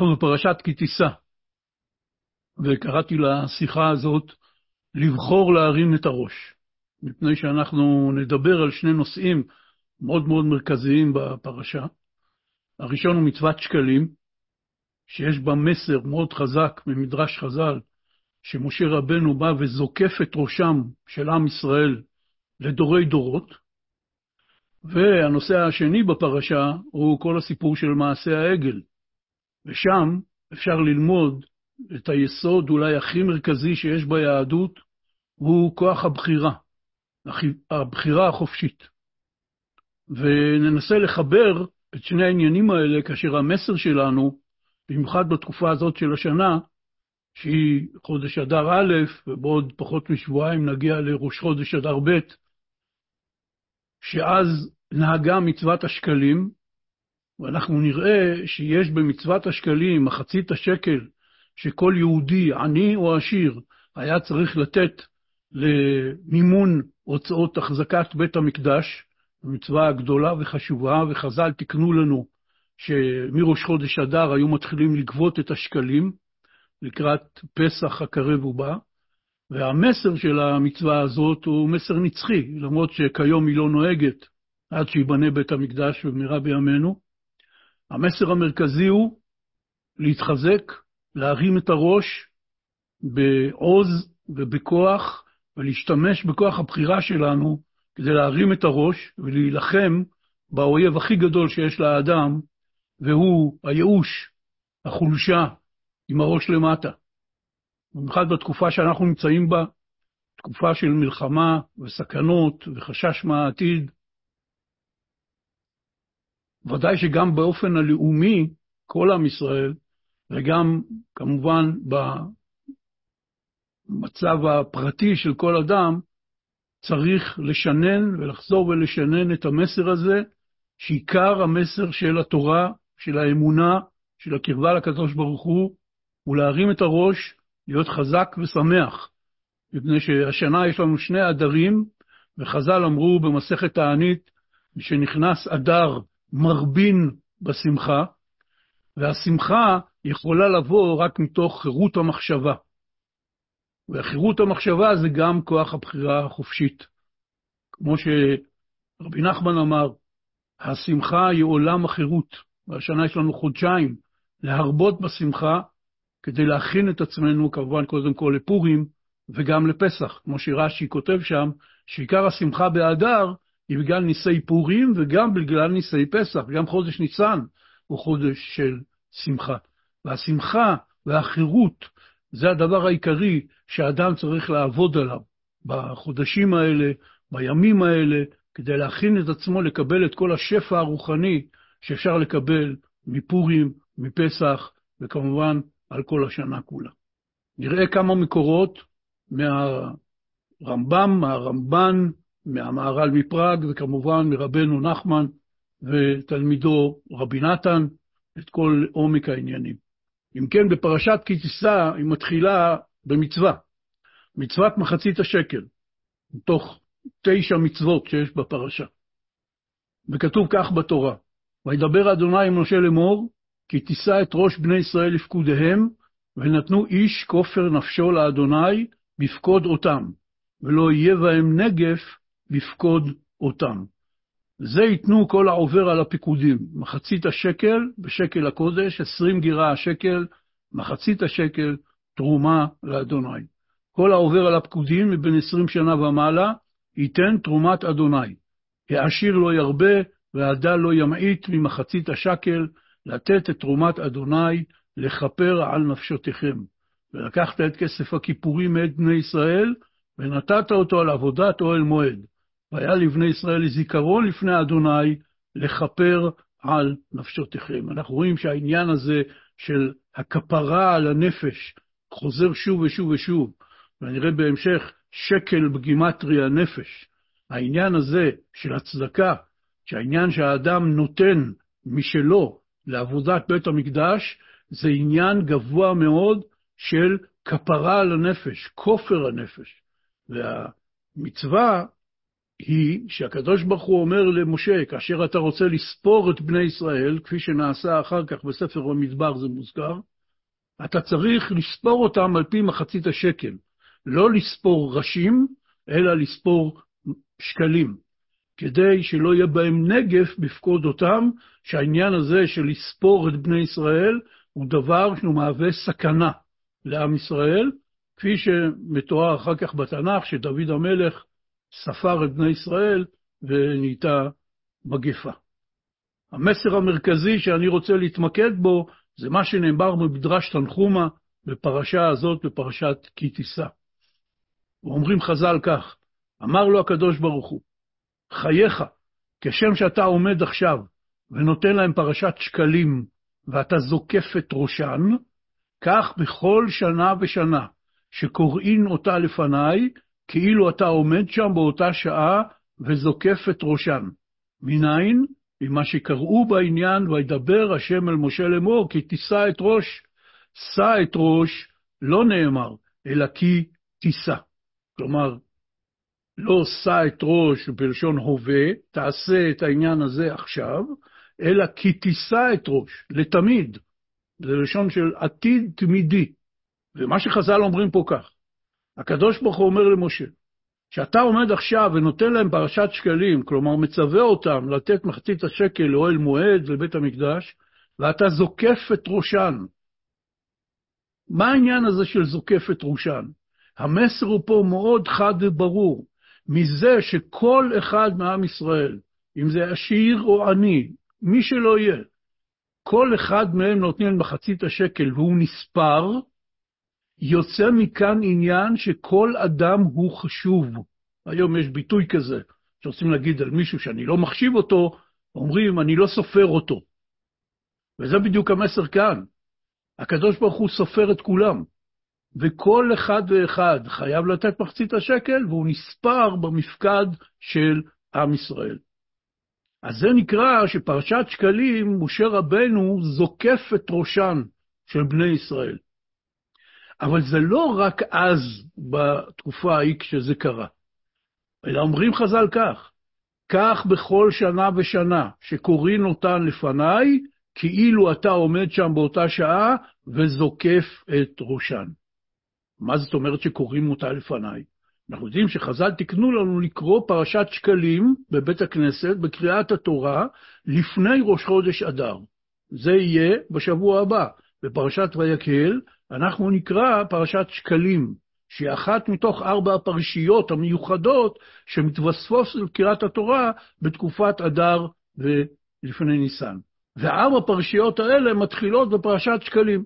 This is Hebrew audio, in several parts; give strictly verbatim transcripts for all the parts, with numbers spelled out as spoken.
אנחנו בפרשת כי תישא, וקראתי לשיחה הזאת לבחור להרים את הראש, מפני שאנחנו נדבר על שני נושאים מאוד מאוד מרכזיים בפרשה. הראשון הוא מצוות שקלים, שיש בה מסר מאוד חזק ממדרש חז"ל, שמשה רבנו בא וזוקף את ראשם של עם ישראל לדורי דורות. והנושא השני בפרשה הוא כל הסיפור של מעשה העגל, ושם אפשר ללמוד את היסוד אולי הכי מרכזי שיש ביהדות, הוא כוח הבחירה, הבחירה החופשית. וננסה לחבר את שני העניינים האלה, כאשר המסר שלנו, במיוחד בתקופה הזאת של השנה, שהיא חודש אדר א', ובעוד פחות משבועיים נגיע לראש חודש אדר ב', שאז נהגה מצוות השקלים, ואנחנו נראה שיש במצוות השקלים, מחצית השקל, שכל יהודי, עני או עשיר, היה צריך לתת למימון הוצאות החזקת בית המקדש, מצווה גדולה וחשובה, וחז"ל תקנו לנו שמראש חודש אדר היו מתחילים לגבות את השקלים, לקראת פסח הקרב ובא, והמסר של המצווה הזאת הוא מסר נצחי, למרות שכיום היא לא נוהגת, עד שיבנה בית המקדש במהרה בימינו. המסר המרכזי הוא להתחזק, להרים את הראש בעוז ובכוח, ולהשתמש בכוח הבחירה שלנו כדי להרים את הראש ולהילחם באויב הכי גדול שיש לאדם, והוא הייאוש, החולשה, עם הראש למטה. במיוחד בתקופה שאנחנו נמצאים בה, תקופה של מלחמה וסכנות וחשש מהעתיד. ודאי שגם באופן הלאומי, כל עם ישראל, וגם כמובן במצב הפרטי של כל אדם, צריך לשנן ולחזור ולשנן את המסר הזה, שעיקר המסר של התורה, של האמונה, של הקרבה לקדוש ברוך הוא, הוא להרים את הראש, להיות חזק ושמח. מפני שהשנה יש לנו שני אדרים, וחז"ל אמרו במסכת תענית, שנכנס אדר מרבין בשמחה, והשמחה יכולה לבוא רק מתוך חירות המחשבה. והחירות המחשבה זה גם כוח הבחירה החופשית. כמו שרבי נחמן אמר, השמחה היא עולם החירות, והשנה יש לנו חודשיים להרבות בשמחה, כדי להכין את עצמנו כמובן קודם כל לפורים וגם לפסח, כמו שרש"י כותב שם, שעיקר השמחה באדר היא בגלל ניסי פורים וגם בגלל ניסי פסח, גם חודש ניסן הוא חודש של שמחה. והשמחה והחירות זה הדבר העיקרי שהאדם צריך לעבוד עליו בחודשים האלה, בימים האלה, כדי להכין את עצמו לקבל את כל השפע הרוחני שאפשר לקבל מפורים, מפסח וכמובן על כל השנה כולה. נראה כמה מקורות מהרמב"ם, מהרמב"ן, מהמהר"ל מפראג, וכמובן מרבנו נחמן ותלמידו רבי נתן, את כל עומק העניינים. אם כן, בפרשת כי תישא היא מתחילה במצווה, מצוות מחצית השקל, מתוך תשע מצוות שיש בפרשה. וכתוב כך בתורה, וידבר אדוני עם משה לאמור, כי תישא את ראש בני ישראל לפקודיהם, ונתנו איש כופר נפשו לאדוני בפקוד אותם, ולא יהיה בהם נגף בפקוד אותם. זה ייתנו כל העובר על הפיקודים, מחצית השקל בשקל הקודש, עשרים גירה השקל, מחצית השקל תרומה לאדוני. כל העובר על הפקודים מבין עשרים שנה ומעלה, ייתן תרומת אדוני. העשיר לא ירבה, והדל לא ימעיט ממחצית השקל, לתת את תרומת אדוני, לכפר על נפשותיכם. ולקחת את כסף הכיפורים מאת בני ישראל, ונתת אותו על עבודת אוהל מועד. והיה לבני ישראל לזיכרון לפני אדוני, לכפר על נפשותיכם. אנחנו רואים שהעניין הזה של הכפרה על הנפש, חוזר שוב ושוב ושוב, ונראה בהמשך שקל בגימטריה נפש. העניין הזה של הצדקה, שהעניין שהאדם נותן משלו לעבודת בית המקדש, זה עניין גבוה מאוד של כפרה על הנפש, כופר הנפש. והמצווה היא שהקדוש ברוך הוא אומר למשה, כאשר אתה רוצה לספור את בני ישראל, כפי שנעשה אחר כך בספר במדבר זה מוזכר, אתה צריך לספור אותם על פי מחצית השקל. לא לספור ראשים, אלא לספור שקלים, כדי שלא יהיה בהם נגף בפקוד אותם, שהעניין הזה של לספור את בני ישראל הוא דבר שהוא מהווה סכנה לעם ישראל, כפי שמתואר אחר כך בתנ"ך, שדוד המלך ספר את בני ישראל ונהייתה מגפה. המסר המרכזי שאני רוצה להתמקד בו, זה מה שנאמר במדרש תנחומה, בפרשה הזאת, בפרשת כי תישא. ואומרים חז"ל כך, אמר לו הקדוש ברוך הוא, חייך, כשם שאתה עומד עכשיו ונותן להם פרשת שקלים, ואתה זוקף את ראשן, כך בכל שנה ושנה שקוראין אותה לפניי, כאילו אתה עומד שם באותה שעה וזוקף את ראשן. מניין? ממה שקראו בעניין, וידבר השם אל משה לאמור, כי תישא את ראש. שא את ראש לא נאמר, אלא כי תישא. כלומר, לא שא את ראש בלשון הווה, תעשה את העניין הזה עכשיו, אלא כי תישא את ראש, לתמיד. זה לשון של עתיד תמידי. ומה שחז"ל אומרים פה כך, הקדוש ברוך הוא אומר למשה, שאתה עומד עכשיו ונותן להם פרשת שקלים, כלומר מצווה אותם לתת מחצית השקל לאוהל מועד לבית המקדש, ואתה זוקף את ראשן. מה העניין הזה של זוקף את ראשן? המסר הוא פה מאוד חד וברור, מזה שכל אחד מעם ישראל, אם זה עשיר או עני, מי שלא יהיה, כל אחד מהם נותנים מחצית השקל והוא נספר, יוצא מכאן עניין שכל אדם הוא חשוב. היום יש ביטוי כזה, שרוצים להגיד על מישהו שאני לא מחשיב אותו, אומרים אני לא סופר אותו. וזה בדיוק המסר כאן. הקדוש ברוך הוא סופר את כולם, וכל אחד ואחד חייב לתת מחצית השקל, והוא נספר במפקד של עם ישראל. אז זה נקרא שפרשת שקלים, משה רבנו זוקף את ראשן של בני ישראל. אבל זה לא רק אז, בתקופה ההיא כשזה קרה, אלא אומרים חז"ל כך, כך בכל שנה ושנה שקוראים אותן לפניי, כאילו אתה עומד שם באותה שעה וזוקף את ראשן. מה זאת אומרת שקוראים אותה לפניי? אנחנו יודעים שחז"ל תקנו לנו לקרוא פרשת שקלים בבית הכנסת, בקריאת התורה, לפני ראש חודש אדר. זה יהיה בשבוע הבא. בפרשת ויקהל אנחנו נקרא פרשת שקלים, שהיא אחת מתוך ארבע הפרשיות המיוחדות שמתווספות לקריאת התורה בתקופת אדר ולפני ניסן. וארבע הפרשיות האלה מתחילות בפרשת שקלים.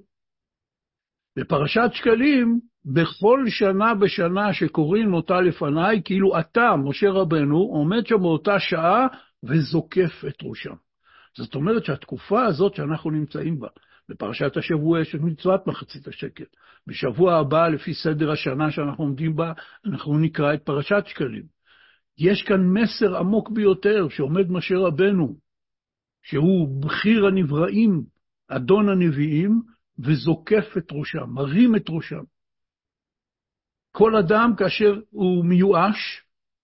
בפרשת שקלים, בכל שנה בשנה שקוראים אותה לפניי, כאילו אתה, משה רבנו, עומד שם באותה שעה וזוקף את ראשם. זאת אומרת שהתקופה הזאת שאנחנו נמצאים בה, בפרשת השבוע יש מצוות מחצית השקל. בשבוע הבא, לפי סדר השנה שאנחנו עומדים בה, אנחנו נקרא את פרשת שקלים. יש כאן מסר עמוק ביותר שעומד משה רבנו, שהוא בחיר הנבראים, אדון הנביאים, וזוקף את ראשם, מרים את ראשם. כל אדם כאשר הוא מיואש,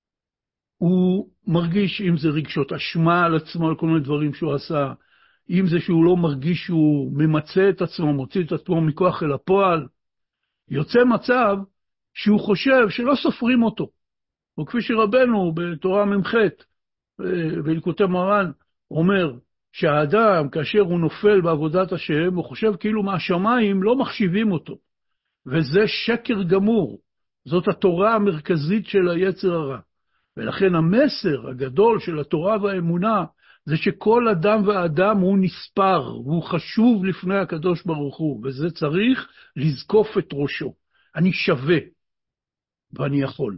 הוא מרגיש אם זה רגשות אשמה על עצמו, על כל מיני דברים שהוא עשה, אם זה שהוא לא מרגיש שהוא ממצא את עצמו, מוציא את עצמו מכוח אל הפועל, יוצא מצב שהוא חושב שלא סופרים אותו. וכפי שרבנו בתורה ממחת, בליקוטי מרן, אומר שהאדם כאשר הוא נופל בעבודת השם, הוא חושב כאילו מהשמיים לא מחשיבים אותו. וזה שקר גמור. זאת התורה המרכזית של היצר הרע. ולכן המסר הגדול של התורה והאמונה, זה שכל אדם ואדם הוא נספר, והוא חשוב לפני הקדוש ברוך הוא, וזה צריך לזקוף את ראשו. אני שווה, ואני יכול.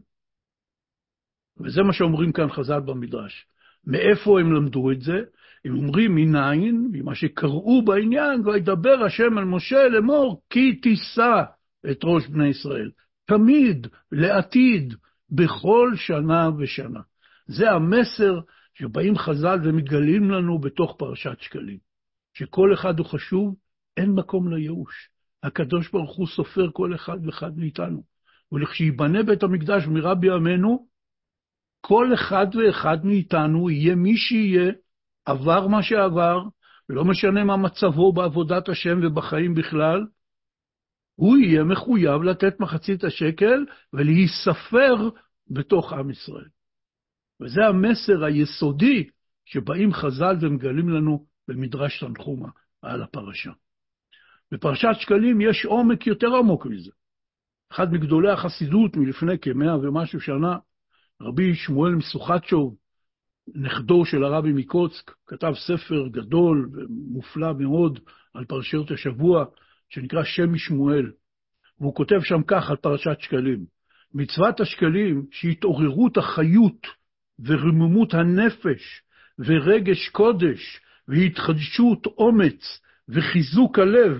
וזה מה שאומרים כאן חז"ל במדרש. מאיפה הם למדו את זה? הם אומרים מניין, ממה שקראו בעניין, וידבר השם אל משה לאמור, כי תישא את ראש בני ישראל. תמיד, לעתיד, בכל שנה ושנה. זה המסר שבאים חז"ל ומתגלים לנו בתוך פרשת שקלים. שכל אחד הוא חשוב, אין מקום לייאוש. הקדוש ברוך הוא סופר כל אחד ואחד מאיתנו. ולכשייבנה בית המקדש במהרה בימינו, כל אחד ואחד מאיתנו יהיה מי שיהיה, עבר מה שעבר, ולא משנה מה מצבו בעבודת השם ובחיים בכלל, הוא יהיה מחויב לתת מחצית השקל ולהיספר בתוך עם ישראל. וזה המסר היסודי שבאים חז"ל ומגלים לנו במדרש תנחומא על הפרשה. בפרשת שקלים יש עומק יותר עמוק מזה. אחד מגדולי החסידות מלפני כמאה ומשהו שנה, רבי שמואל מסוחצ'וב, נכדו של הרבי מקוצק, כתב ספר גדול ומופלא מאוד על פרשיות השבוע, שנקרא שם משמואל. והוא כותב שם כך על פרשת שקלים: מצוות השקלים שהתעוררות החיות ורוממות הנפש ורגש קודש והתחדשות אומץ וחיזוק הלב,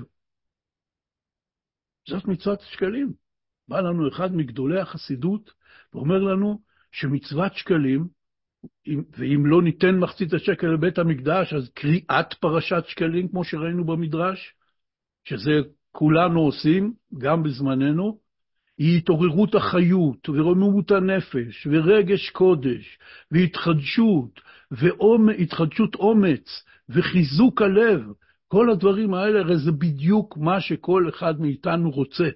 זאת מצוות השקלים. בא לנו אחד מגדולי החסידות ואומר לנו שמצוות שקלים, ואם לא ניתן מחצית השקל לבית המקדש, אז קריאת פרשת שקלים, כמו שראינו במדרש, שזה כולנו עושים, גם בזמננו, היא התעוררות החיות ורוממות הנפש ורגש קודש והתחדשות והתחדשות אומץ וחיזוק הלב. כל הדברים האלה, הרי זה בדיוק מה שכל אחד מאיתנו רוצה.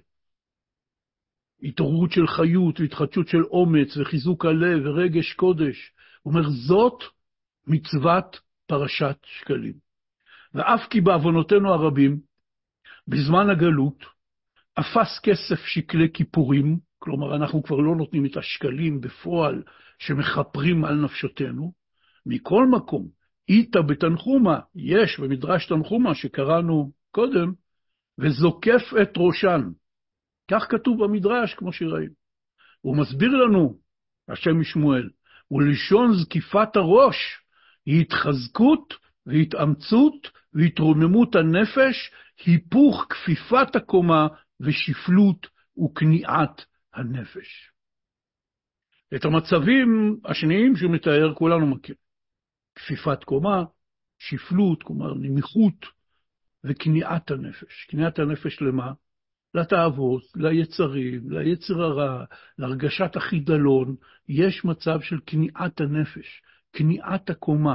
התעוררות של חיות והתחדשות של אומץ וחיזוק הלב ורגש קודש. הוא אומר, זאת מצוות פרשת שקלים. ואף כי בעוונותינו הרבים, בזמן הגלות, אפס כסף שקלי כיפורים, כלומר אנחנו כבר לא נותנים את השקלים בפועל שמחפרים על נפשותנו, מכל מקום, איתה בתנחומא, יש במדרש תנחומא שקראנו קודם, וזוקף את ראשן. כך כתוב במדרש, כמו שראינו. הוא מסביר לנו, השם משמואל, ולשון זקיפת הראש היא התחזקות והתאמצות והתרוממות הנפש, היפוך כפיפת הקומה ושפלות וכניעת הנפש. את המצבים השניים שהוא מתאר כולנו מכיר. כפיפת קומה, שפלות, כלומר נמיכות, וכניעת הנפש. כניעת הנפש למה? לתאוות, ליצרים, ליצר הרע, להרגשת החידלון. יש מצב של כניעת הנפש, כניעת הקומה.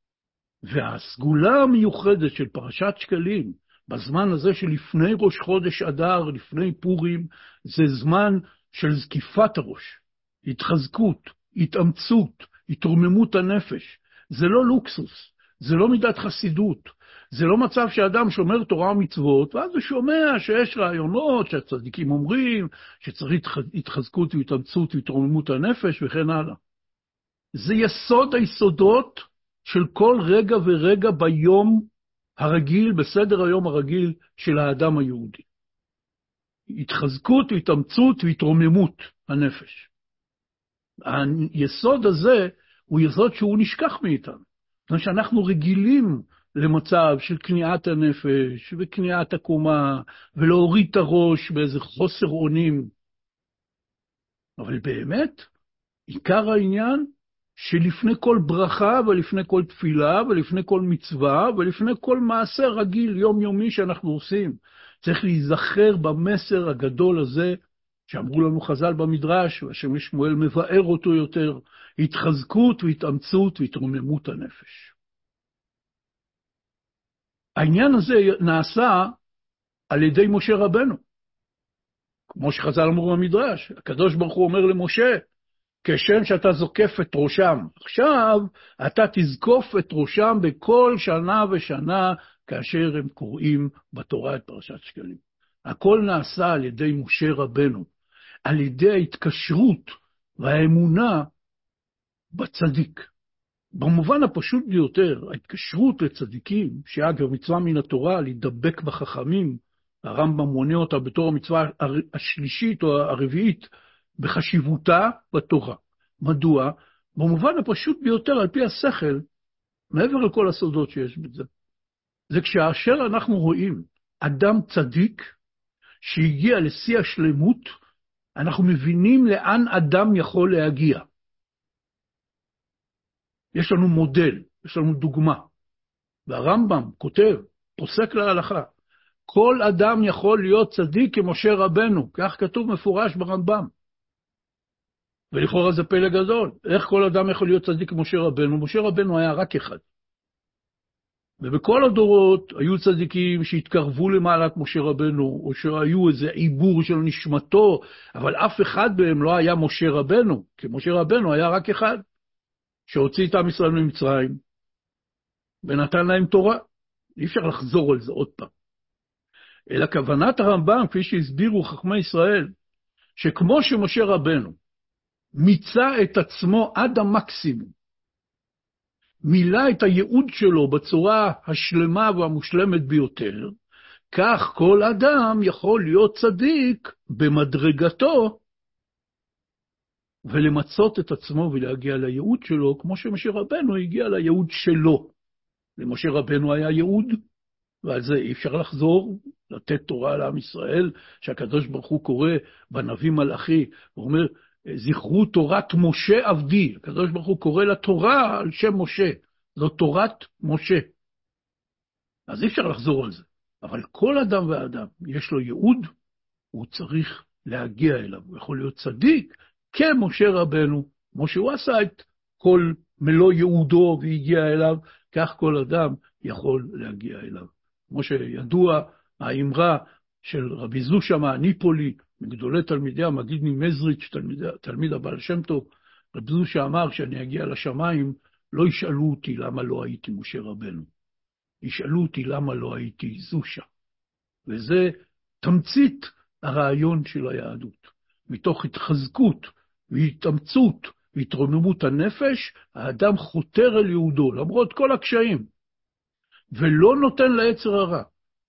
והסגולה המיוחדת של פרשת שקלים, בזמן הזה שלפני ראש חודש אדר, לפני פורים, זה זמן של זקיפת הראש, התחזקות, התאמצות, התרוממות הנפש. זה לא לוקסוס, זה לא מידת חסידות, זה לא מצב שאדם שומר תורה ומצוות, ואז הוא שומע שיש רעיונות שהצדיקים אומרים, שצריך התחזקות והתאמצות והתרוממות הנפש וכן הלאה. זה יסוד היסודות של כל רגע ורגע ביום הרגיל, בסדר היום הרגיל של האדם היהודי. התחזקות והתאמצות והתרוממות הנפש. היסוד הזה הוא יסוד שהוא נשכח מאיתנו. שאנחנו רגילים למצב של כניעת הנפש וכניעת הקומה, ולהוריד את הראש באיזה חוסר אונים. אבל באמת, עיקר העניין שלפני כל ברכה ולפני כל תפילה ולפני כל מצווה ולפני כל מעשה רגיל יומיומי שאנחנו עושים, צריך להיזכר במסר הגדול הזה שאמרו לנו חז"ל במדרש, והשם שמואל מבאר אותו יותר, התחזקות והתאמצות והתרוממות הנפש. העניין הזה נעשה על ידי משה רבנו. כמו שחז"ל אמרו במדרש, הקדוש ברוך הוא אומר למשה, כשם שאתה זוקף את ראשם, עכשיו אתה תזקוף את ראשם בכל שנה ושנה, כאשר הם קוראים בתורה את פרשת שקלים. הכל נעשה על ידי משה רבנו, על ידי ההתקשרות והאמונה בצדיק. במובן הפשוט ביותר, ההתקשרות לצדיקים, שאגב מצווה מן התורה, להידבק בחכמים, הרמב"ם מונה אותה בתור המצווה השלישית או הרביעית, בחשיבותה בתורה. מדוע? במובן הפשוט ביותר, על פי השכל, מעבר לכל הסודות שיש בזה, זה כשאשר אנחנו רואים אדם צדיק שהגיע לשיא השלמות, אנחנו מבינים לאן אדם יכול להגיע. יש לנו מודל, יש לנו דוגמה. והרמב"ם כותב, פוסק להלכה, כל אדם יכול להיות צדיק כמשה רבנו, כך כתוב מפורש ברמב"ם. ולכאורה זה פלא גדול. איך כל אדם יכול להיות צדיק כמו משה רבנו? משה רבנו היה רק אחד. ובכל הדורות היו צדיקים שהתקרבו למעלת משה רבנו, או שהיו איזה עיבור של נשמתו, אבל אף אחד מהם לא היה משה רבנו, כי משה רבנו היה רק אחד, שהוציא את עם ישראל ממצרים, ונתן להם תורה. אי אפשר לחזור על זה עוד פעם. אלא כוונת הרמב"ם, כפי שהסבירו חכמי ישראל, שכמו שמשה רבנו מיצה את עצמו עד המקסימום, מילא את הייעוד שלו בצורה השלמה והמושלמת ביותר, כך כל אדם יכול להיות צדיק במדרגתו, ולמצות את עצמו ולהגיע לייעוד שלו, כמו שמשה רבנו הגיע לייעוד שלו. למשה רבנו היה ייעוד, ועל זה אי אפשר לחזור, לתת תורה לעם ישראל, שהקדוש ברוך הוא קורא בנביא מלאכי, הוא אומר, זכרו תורת משה עבדי. הקדוש ברוך הוא קורא לתורה על שם משה. זו תורת משה. אז אי אפשר לחזור על זה. אבל כל אדם ואדם יש לו ייעוד, הוא צריך להגיע אליו. הוא יכול להיות צדיק כמשה רבנו. כמו שהוא עשה את כל מלוא ייעודו והגיע אליו, כך כל אדם יכול להגיע אליו. כמו שידוע האמרה של רבי זושה מהניפולי, מגדולי תלמידי המגיד ממזריץ', תלמיד, תלמיד הבעל שם טוב, רבי זושה אמר שאני אגיע לשמיים, לא ישאלו אותי למה לא הייתי משה רבנו. ישאלו אותי למה לא הייתי זושה. וזה תמצית הרעיון של היהדות. מתוך התחזקות והתאמצות והתרוממות הנפש, האדם חותר אל יהודו, למרות כל הקשיים, ולא נותן ליצר הרע,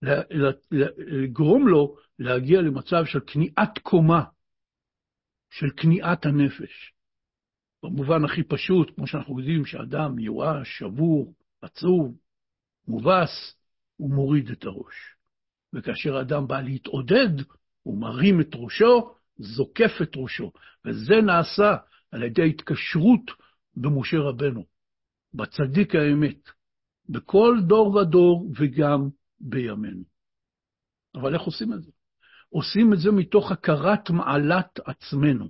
לגרום לו להגיע למצב של כניעת קומה, של כניעת הנפש. במובן הכי פשוט, כמו שאנחנו יודעים שאדם מיואש, שבור, עצוב, מובס, הוא מוריד את הראש. וכאשר האדם בא להתעודד, הוא מרים את ראשו, זוקף את ראשו. וזה נעשה על ידי התקשרות במשה רבנו, בצדיק האמת, בכל דור ודור וגם בימינו. אבל איך עושים את זה? עושים את זה מתוך הכרת מעלת עצמנו.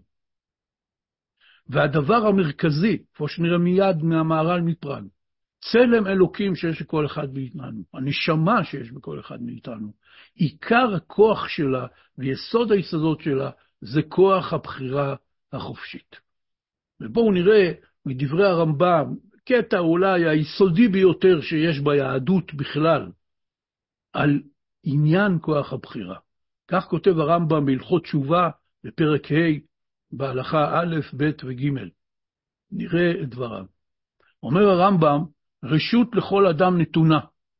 והדבר המרכזי, כמו שנראה מיד מהמהר"ל מפראג, צלם אלוקים שיש בכל אחד מאיתנו, הנשמה שיש בכל אחד מאיתנו, עיקר הכוח שלה ויסוד היסודות שלה זה כוח הבחירה החופשית. ובואו נראה מדברי הרמב"ם, קטע אולי היסודי ביותר שיש ביהדות בכלל, על עניין כוח הבחירה. כך כותב הרמב"ם בהלכות תשובה בפרק ה' בהלכה א', ב' וג'. נראה את דבריו. אומר הרמב"ם, רשות לכל אדם נתונה.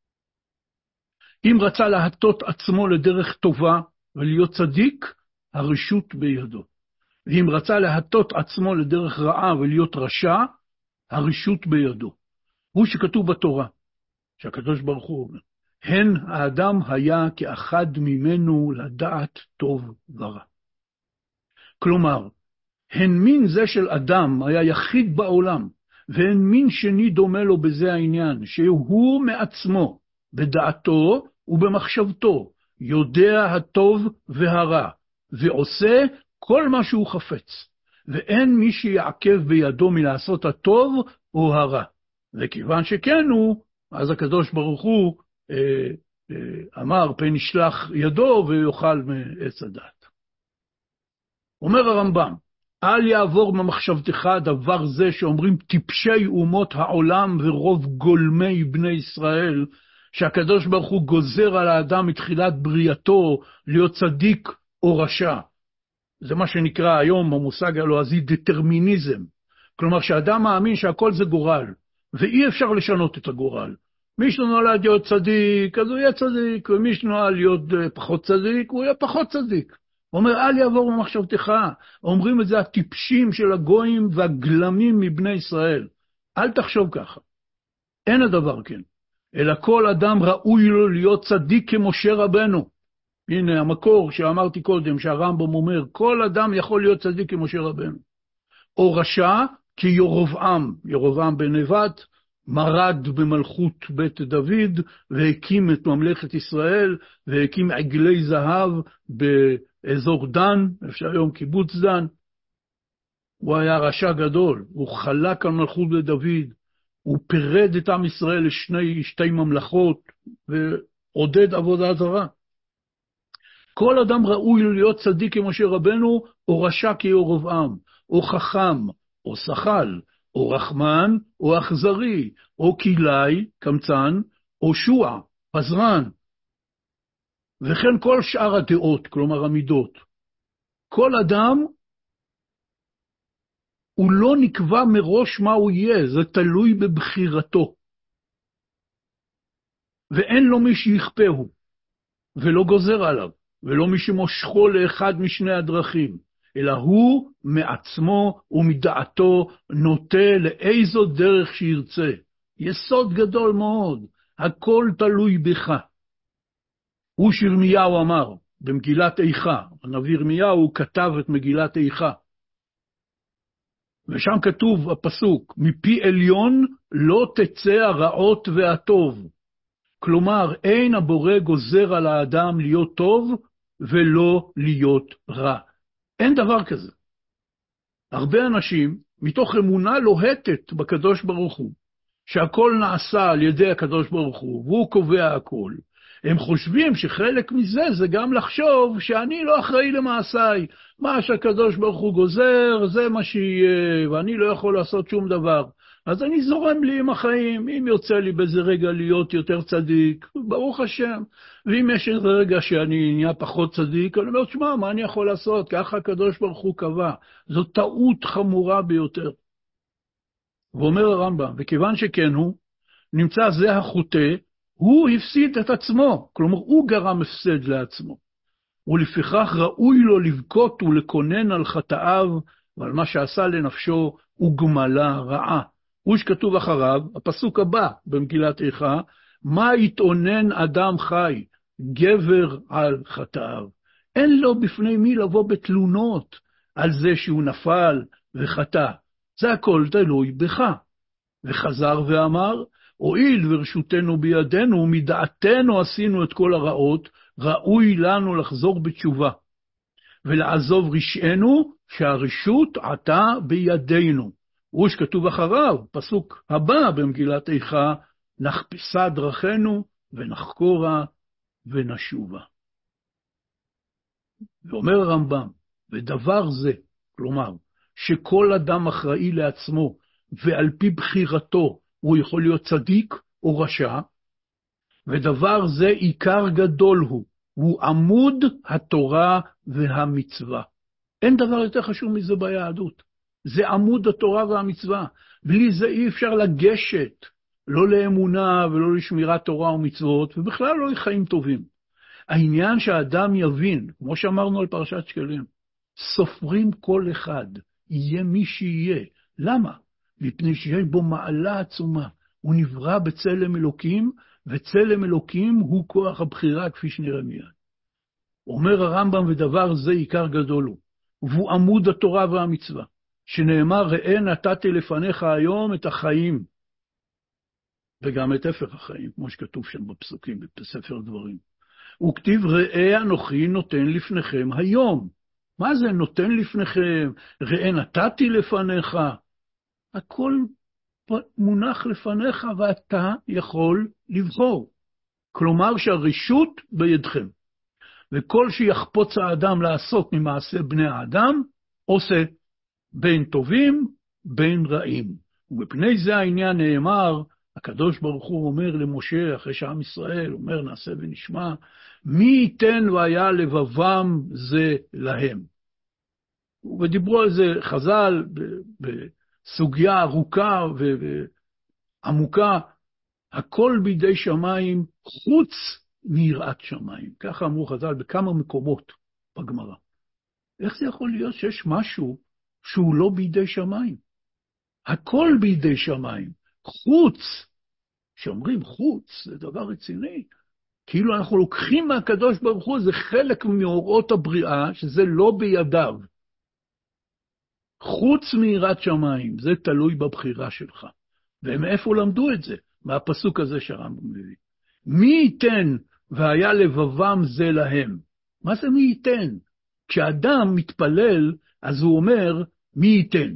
אם רצה להטות עצמו לדרך טובה ולהיות צדיק, הרשות בידו. ואם רצה להטות עצמו לדרך רעה ולהיות רשע, הרשות בידו. הוא שכתוב בתורה, שהקדוש ברוך הוא אומר, הן האדם היה כאחד ממנו לדעת טוב ורע. כלומר, הן מין זה של אדם היה יחיד בעולם, והן מין שני דומה לו בזה העניין, שהוא מעצמו, בדעתו ובמחשבתו, יודע הטוב והרע, ועושה כל מה שהוא חפץ, ואין מי שיעכב בידו מלעשות הטוב או הרע. וכיוון שכן הוא, אז הקדוש ברוך הוא אה, אה, אמר, פן ישלח ידו ויאכל מעץ הדעת. אומר הרמב"ם, אל יעבור ממחשבתך דבר זה שאומרים טיפשי אומות העולם ורוב גולמי בני ישראל, שהקדוש ברוך הוא גוזר על האדם מתחילת בריאתו להיות צדיק או רשע. זה מה שנקרא היום המושג הלועזי דטרמיניזם. כלומר שהאדם מאמין שהכל זה גורל, ואי אפשר לשנות את הגורל. מי שנולד להיות צדיק, אז הוא יהיה צדיק, ומי שנולד להיות פחות צדיק, הוא יהיה פחות צדיק. הוא אומר, אל יעבור במחשבתך. אומרים את זה הטיפשים של הגויים והגלמים מבני ישראל. אל תחשוב ככה. אין הדבר כן. אלא כל אדם ראוי לו להיות צדיק כמשה רבנו. הנה המקור שאמרתי קודם, שהרמב"ם אומר, כל אדם יכול להיות צדיק כמשה רבנו. או רשע כירבעם, ירבעם בן נבט, מרד במלכות בית דוד, והקים את ממלכת ישראל, והקים עגלי זהב באזור דן, אפשר היום קיבוץ דן. הוא היה רשע גדול, הוא חלק על מלכות לדוד, הוא פירד את עם ישראל לשני שתי ממלכות, ועודד עבודה זרה. כל אדם ראוי להיות צדיק כמשה רבנו, או רשע כירבעם, או חכם, או שחל, או רחמן, או אכזרי, או קילאי, קמצן, או שוע, פזרן, וכן כל שאר הדעות, כלומר המידות. כל אדם, הוא לא נקבע מראש מה הוא יהיה, זה תלוי בבחירתו. ואין לו מי שיכפהו, ולא גוזר עליו, ולא מי שמושכו לאחד משני הדרכים, אלא הוא מעצמו ומדעתו נוטה לאיזו דרך שירצה. יסוד גדול מאוד, הכל תלוי בך. הוא שירמיהו אמר במגילת איכה, הנביא ירמיהו כתב את מגילת איכה, ושם כתוב הפסוק, מפי עליון לא תצא הרעות והטוב. כלומר, אין הבורא גוזר על האדם להיות טוב ולא להיות רע. אין דבר כזה. הרבה אנשים, מתוך אמונה לוהטת בקדוש ברוך הוא, שהכל נעשה על ידי הקדוש ברוך הוא, והוא קובע הכל. הם חושבים שחלק מזה זה גם לחשוב שאני לא אחראי למעשיי. מה שהקדוש ברוך הוא גוזר, זה מה שיהיה, ואני לא יכול לעשות שום דבר. אז אני זורם לי עם החיים, אם יוצא לי באיזה רגע להיות יותר צדיק, ברוך השם. ואם יש איזה רגע שאני נהיה פחות צדיק, אני אומר, שמה, מה אני יכול לעשות? ככה הקדוש ברוך הוא קבע. זו טעות חמורה ביותר. ואומר הרמב"ם, וכיוון שכן הוא, נמצא זה החוטא, הוא הפסיד את עצמו, כלומר הוא גרם הפסד לעצמו. ולפיכך ראוי לו לבכות ולקונן על חטאיו, ועל מה שעשה לנפשו וגמלה רעה. הוא שכתוב אחריו, הפסוק הבא במגילת איכה, מה יתאונן אדם חי, גבר על חטאיו. אין לו בפני מי לבוא בתלונות על זה שהוא נפל וחטא. זה הכל תלוי בך. וחזר ואמר, הואיל ורשותנו בידינו ומדעתנו עשינו את כל הרעות, ראוי לנו לחזור בתשובה, ולעזוב רשענו שהרשות עתה בידינו. הוא שכתוב אחריו, פסוק הבא במגילת איכה, נחפשה דרכנו ונחקורה ונשובה. ואומר הרמב"ם, ודבר זה, כלומר, שכל אדם אחראי לעצמו, ועל פי בחירתו הוא יכול להיות צדיק או רשע, ודבר זה עיקר גדול הוא, הוא עמוד התורה והמצווה. אין דבר יותר חשוב מזה ביהדות. זה עמוד התורה והמצווה. בלי זה אי אפשר לגשת, לא לאמונה ולא לשמירת תורה ומצוות, ובכלל לא לחיים טובים. העניין שהאדם יבין, כמו שאמרנו על פרשת שקלים, סופרים כל אחד, יהיה מי שיהיה. למה? מפני שיש בו מעלה עצומה. הוא נברא בצלם אלוקים, וצלם אלוקים הוא כוח הבחירה כפי שנראה מיד. אומר הרמב"ם, ודבר זה עיקר גדול הוא, והוא עמוד התורה והמצווה, שנאמר, ראה נתתי לפניך היום את החיים, וגם את הפך החיים, כמו שכתוב שם בפסוקים, בספר דברים. וכתיב, ראה אנוכי נותן לפניכם היום. מה זה נותן לפניכם? ראה נתתי לפניך. הכל מונח לפניך ואתה יכול לבחור. כלומר שהרשות בידכם. וכל שיחפוץ האדם לעשות ממעשה בני האדם, עושה בין טובים, בין רעים. ובפני זה העניין נאמר, הקדוש ברוך הוא אומר למשה, אחרי שעם ישראל אומר נעשה ונשמע, מי ייתן והיה לבבם זה להם. ודיברו על זה חז"ל בסוגיה ארוכה ועמוקה, הכל בידי שמיים חוץ מיראת שמיים. ככה אמרו חז"ל בכמה מקומות בגמרא. איך זה יכול להיות שיש משהו שהוא לא בידי שמיים? הכל בידי שמיים, חוץ. שאומרים חוץ, זה דבר רציני. כאילו אנחנו לוקחים מהקדוש ברוך הוא, זה חלק מאורות הבריאה, שזה לא בידיו. חוץ מיראת שמיים, זה תלוי בבחירה שלך. ומאיפה למדו את זה? מהפסוק הזה שהרמב"ם מביא. מי ייתן והיה לבבם זה להם? מה זה מי ייתן? כשאדם מתפלל, אז הוא אומר, מי ייתן?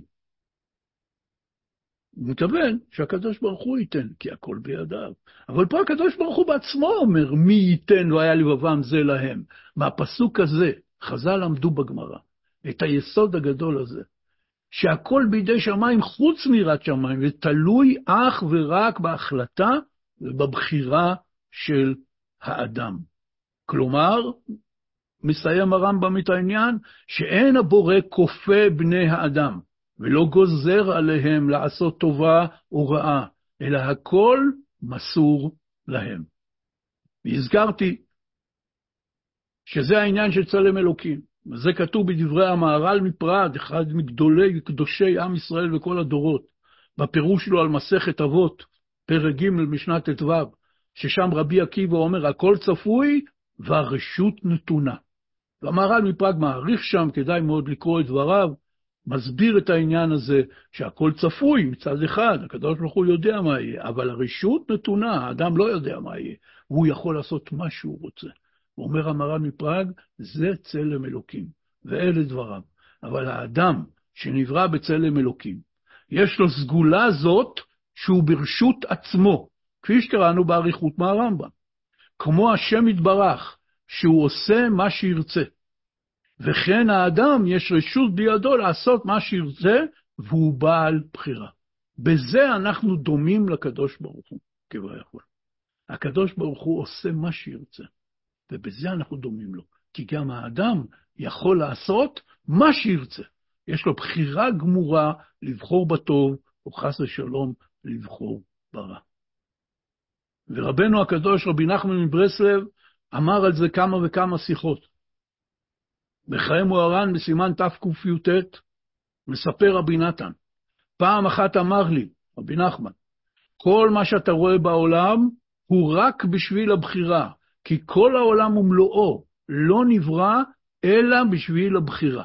הוא מתכוון שהקדוש ברוך הוא ייתן, כי הכל בידיו. אבל פה הקדוש ברוך הוא בעצמו אומר, מי ייתן לא היה לבבם זה להם. מהפסוק הזה, חז"ל למדו בגמרא, את היסוד הגדול הזה, שהכל בידי שמיים חוץ מיראת שמיים, ותלוי אך ורק בהחלטה ובבחירה של האדם. כלומר, מסיים הרמב"ם את העניין, שאין הבורא כופה בני האדם, ולא גוזר עליהם לעשות טובה או רעה, אלא הכל מסור להם. והזכרתי שזה העניין של צלם אלוקים. וזה כתוב בדברי המהר"ל מפראג, אחד מגדולי קדושי עם ישראל וכל הדורות, בפירוש שלו על מסכת אבות, פרק ג' משנת ט"ו, ששם רבי עקיבא אומר, הכל צפוי והרשות נתונה. והמהר"ל מפראג מעריך שם, כדאי מאוד לקרוא את דבריו, מסביר את העניין הזה, שהכל צפוי מצד אחד, הקדוש ברוך הוא יודע מה יהיה, אבל הרשות נתונה, האדם לא יודע מה יהיה, והוא יכול לעשות מה שהוא רוצה. הוא אומר המהר"ל מפראג, זה צלם אלוקים, ואלה דבריו. אבל האדם שנברא בצלם אלוקים, יש לו סגולה זאת שהוא ברשות עצמו, כפי שקראנו באריכות מהרמב"ם. כמו השם יתברך, שהוא עושה מה שירצה. וכן האדם יש רשות בידו לעשות מה שירצה, והוא בעל בחירה. בזה אנחנו דומים לקדוש ברוך הוא, כביכול. הקדוש ברוך הוא עושה מה שירצה, ובזה אנחנו דומים לו. כי גם האדם יכול לעשות מה שירצה. יש לו בחירה גמורה לבחור בטוב, או חס ושלום לבחור ברע. ורבנו הקדוש רבי נחמן מברסלב אמר על זה כמה וכמה שיחות. בחיי מוהר"ן בסימן תק"ט מספר רבי נתן, פעם אחת אמר לי, רבי נחמן, כל מה שאתה רואה בעולם הוא רק בשביל הבחירה, כי כל העולם ומלואו לא נברא אלא בשביל הבחירה.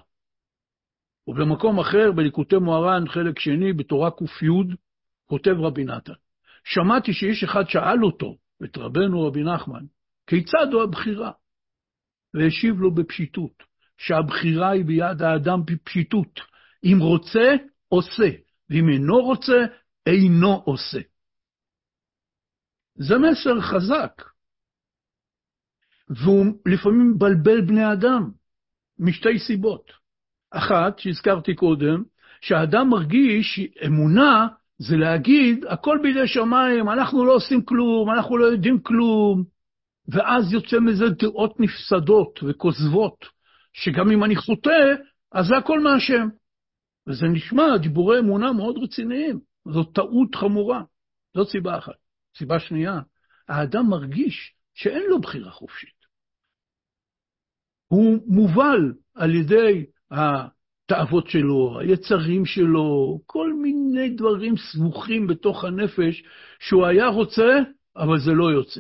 ובמקום אחר, בליקוטי מוהר"ן, חלק שני, בתורה ק"י, כותב רבי נתן, שמעתי שאיש אחד שאל אותו, את רבנו רבי נחמן, כיצד הוא הבחירה? והשיב לו בפשיטות, שהבחירה היא ביד האדם בפשיטות. אם רוצה, עושה, ואם אינו רוצה, אינו עושה. זה מסר חזק, והוא לפעמים מבלבל בני אדם, משתי סיבות. אחת, שהזכרתי קודם, שהאדם מרגיש אמונה, זה להגיד, הכל בידי שמיים, אנחנו לא עושים כלום, אנחנו לא יודעים כלום, ואז יוצא מזה דעות נפסדות וכוזבות, שגם אם אני חוטא, אז זה הכל מהשם. וזה נשמע דיבורי אמונה מאוד רציניים, זו טעות חמורה. זאת סיבה אחת. סיבה שנייה, האדם מרגיש שאין לו בחירה חופשית. הוא מובל על ידי התאוות שלו, היצרים שלו, כל מיני דברים סבוכים בתוך הנפש, שהוא היה רוצה, אבל זה לא יוצא.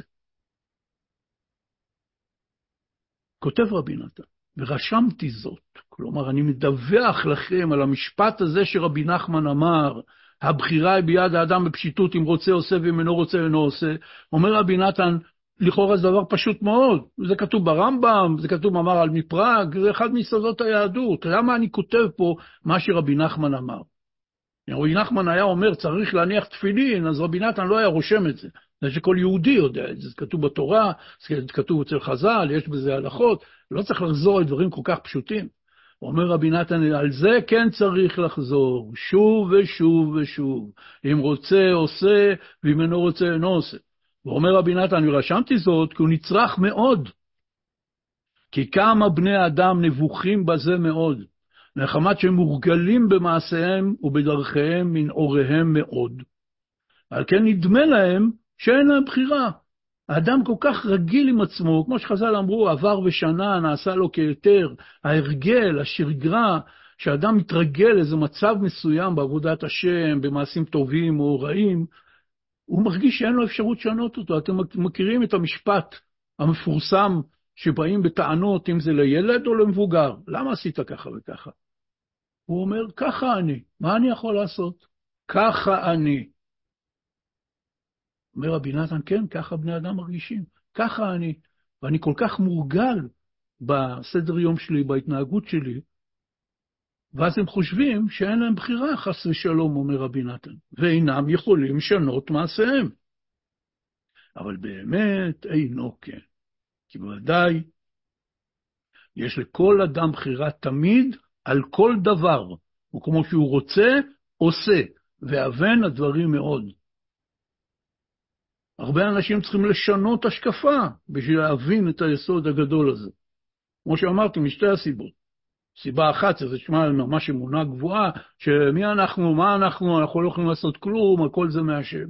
כותב רבי נתן, ורשמתי זאת, כלומר אני מדווח לכם על המשפט הזה שרבי נחמן אמר, הבחירה היא ביד האדם בפשיטות, אם רוצה עושה ואם אינו רוצה אינו עושה. אומר רבי נתן, לכאורה זה דבר פשוט מאוד, זה כתוב ברמב"ם, זה כתוב מאמר על מפראג, זה אחד מיסודות היהדות. למה אני כותב פה מה שרבי נחמן אמר? רבי נחמן היה אומר צריך להניח תפילין, אז רבי נתן לא היה רושם את זה. זה שכל יהודי יודע את זה, זה כתוב בתורה, זה כתוב אצל חז"ל, יש בזה הלכות, לא צריך לחזור על דברים כל כך פשוטים. אומר רבי נתן, על זה כן צריך לחזור, שוב ושוב ושוב. אם רוצה עושה, ואם אינו רוצה אינו עושה. ואומר רבי נתן, אני רשמתי זאת, כי הוא נצרך מאוד. כי כמה בני אדם נבוכים בזה מאוד, נחמת שהם מורגלים במעשיהם ובדרכיהם מן אוריהם מאוד. על כן נדמה להם שאין להם בחירה. האדם כל כך רגיל עם עצמו, כמו שחז"ל אמרו, עבר ושנה נעשה לו כיתר, ההרגל, השגרה, שאדם מתרגל איזה מצב מסוים בעבודת השם, במעשים טובים או רעים, הוא מרגיש שאין לו אפשרות לשנות אותו. אתם מכירים את המשפט המפורסם שבאים בטענות, אם זה לילד או למבוגר, למה עשית ככה וככה? הוא אומר, ככה אני, מה אני יכול לעשות? ככה אני. אומר רבי נתן, כן, ככה בני אדם מרגישים, ככה אני, ואני כל כך מורגל בסדר יום שלי, בהתנהגות שלי, ואז הם חושבים שאין להם בחירה, חס ושלום, אומר רבי נתן, ואינם יכולים לשנות מעשיהם. אבל באמת אינו כן. כי בוודאי יש לכל אדם בחירה תמיד על כל דבר, וכמו שהוא רוצה, עושה, ואבן הדברים מאוד. הרבה אנשים צריכים לשנות השקפה בשביל להבין את היסוד הגדול הזה. כמו שאמרתי, משתי הסיבות. סיבה אחת, זה תשמע ממש אמונה גבוהה, שמי אנחנו, מה אנחנו, אנחנו לא יכולים לעשות כלום, הכל זה מהשם.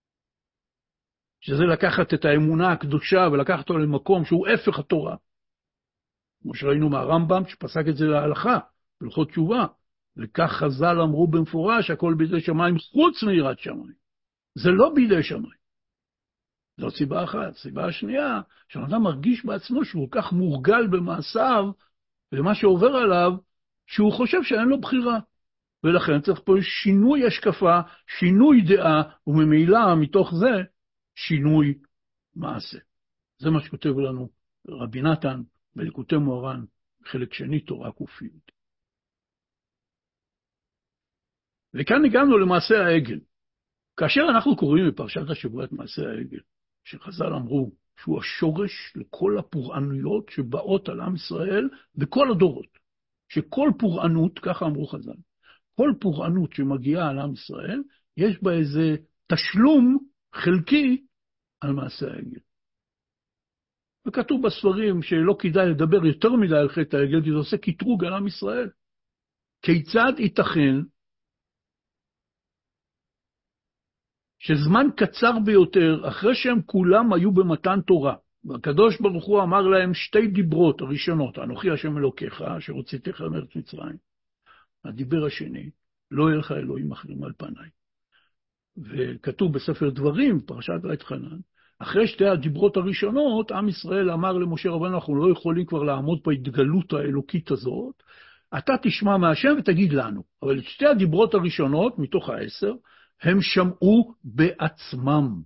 שזה לקחת את האמונה הקדושה ולקחת אותו למקום שהוא הפך התורה. כמו שראינו מהרמב"ם שפסק את זה להלכה, בהלכות תשובה. וכך חז"ל אמרו במפורש, הכל בידי שמיים חוץ מיראת שמיים. זה לא בידי שמיים. זאת סיבה אחת. סיבה השנייה, שהאדם מרגיש בעצמו שהוא כל כך מורגל במעשיו, ומה שעובר עליו, שהוא חושב שאין לו בחירה. ולכן צריך פה שינוי השקפה, שינוי דעה, וממילא מתוך זה, שינוי מעשה. זה מה שכותב לנו רבי נתן בליקוטי מוהר"ן, חלק שני, תורה ק"י. וכאן הגענו למעשה העגל. כאשר אנחנו קוראים בפרשת השבוע את מעשה העגל, שחז"ל אמרו שהוא השורש לכל הפורענויות שבאות על עם ישראל בכל הדורות. שכל פורענות, ככה אמרו חז"ל, כל פורענות שמגיעה על עם ישראל, יש בה איזה תשלום חלקי על מעשה העגל. וכתוב בספרים שלא כדאי לדבר יותר מדי על חטא העגל, כי זה עושה קטרוג על עם ישראל. כיצד ייתכן שזמן קצר ביותר, אחרי שהם כולם היו במתן תורה, והקדוש ברוך הוא אמר להם שתי דיברות הראשונות, אנוכי השם אלוקיך, אשר הוצאתיך מארץ מצרים. הדיבר השני, לא יהיה לך אלוהים אחרים על פניי. וכתוב בספר דברים, פרשת ואתחנן, אחרי שתי הדיברות הראשונות, עם ישראל אמר למשה רבנו, אנחנו לא יכולים כבר לעמוד בהתגלות האלוקית הזאת, אתה תשמע מהשם ותגיד לנו. אבל את שתי הדיברות הראשונות, מתוך העשר, הם שמעו בעצמם.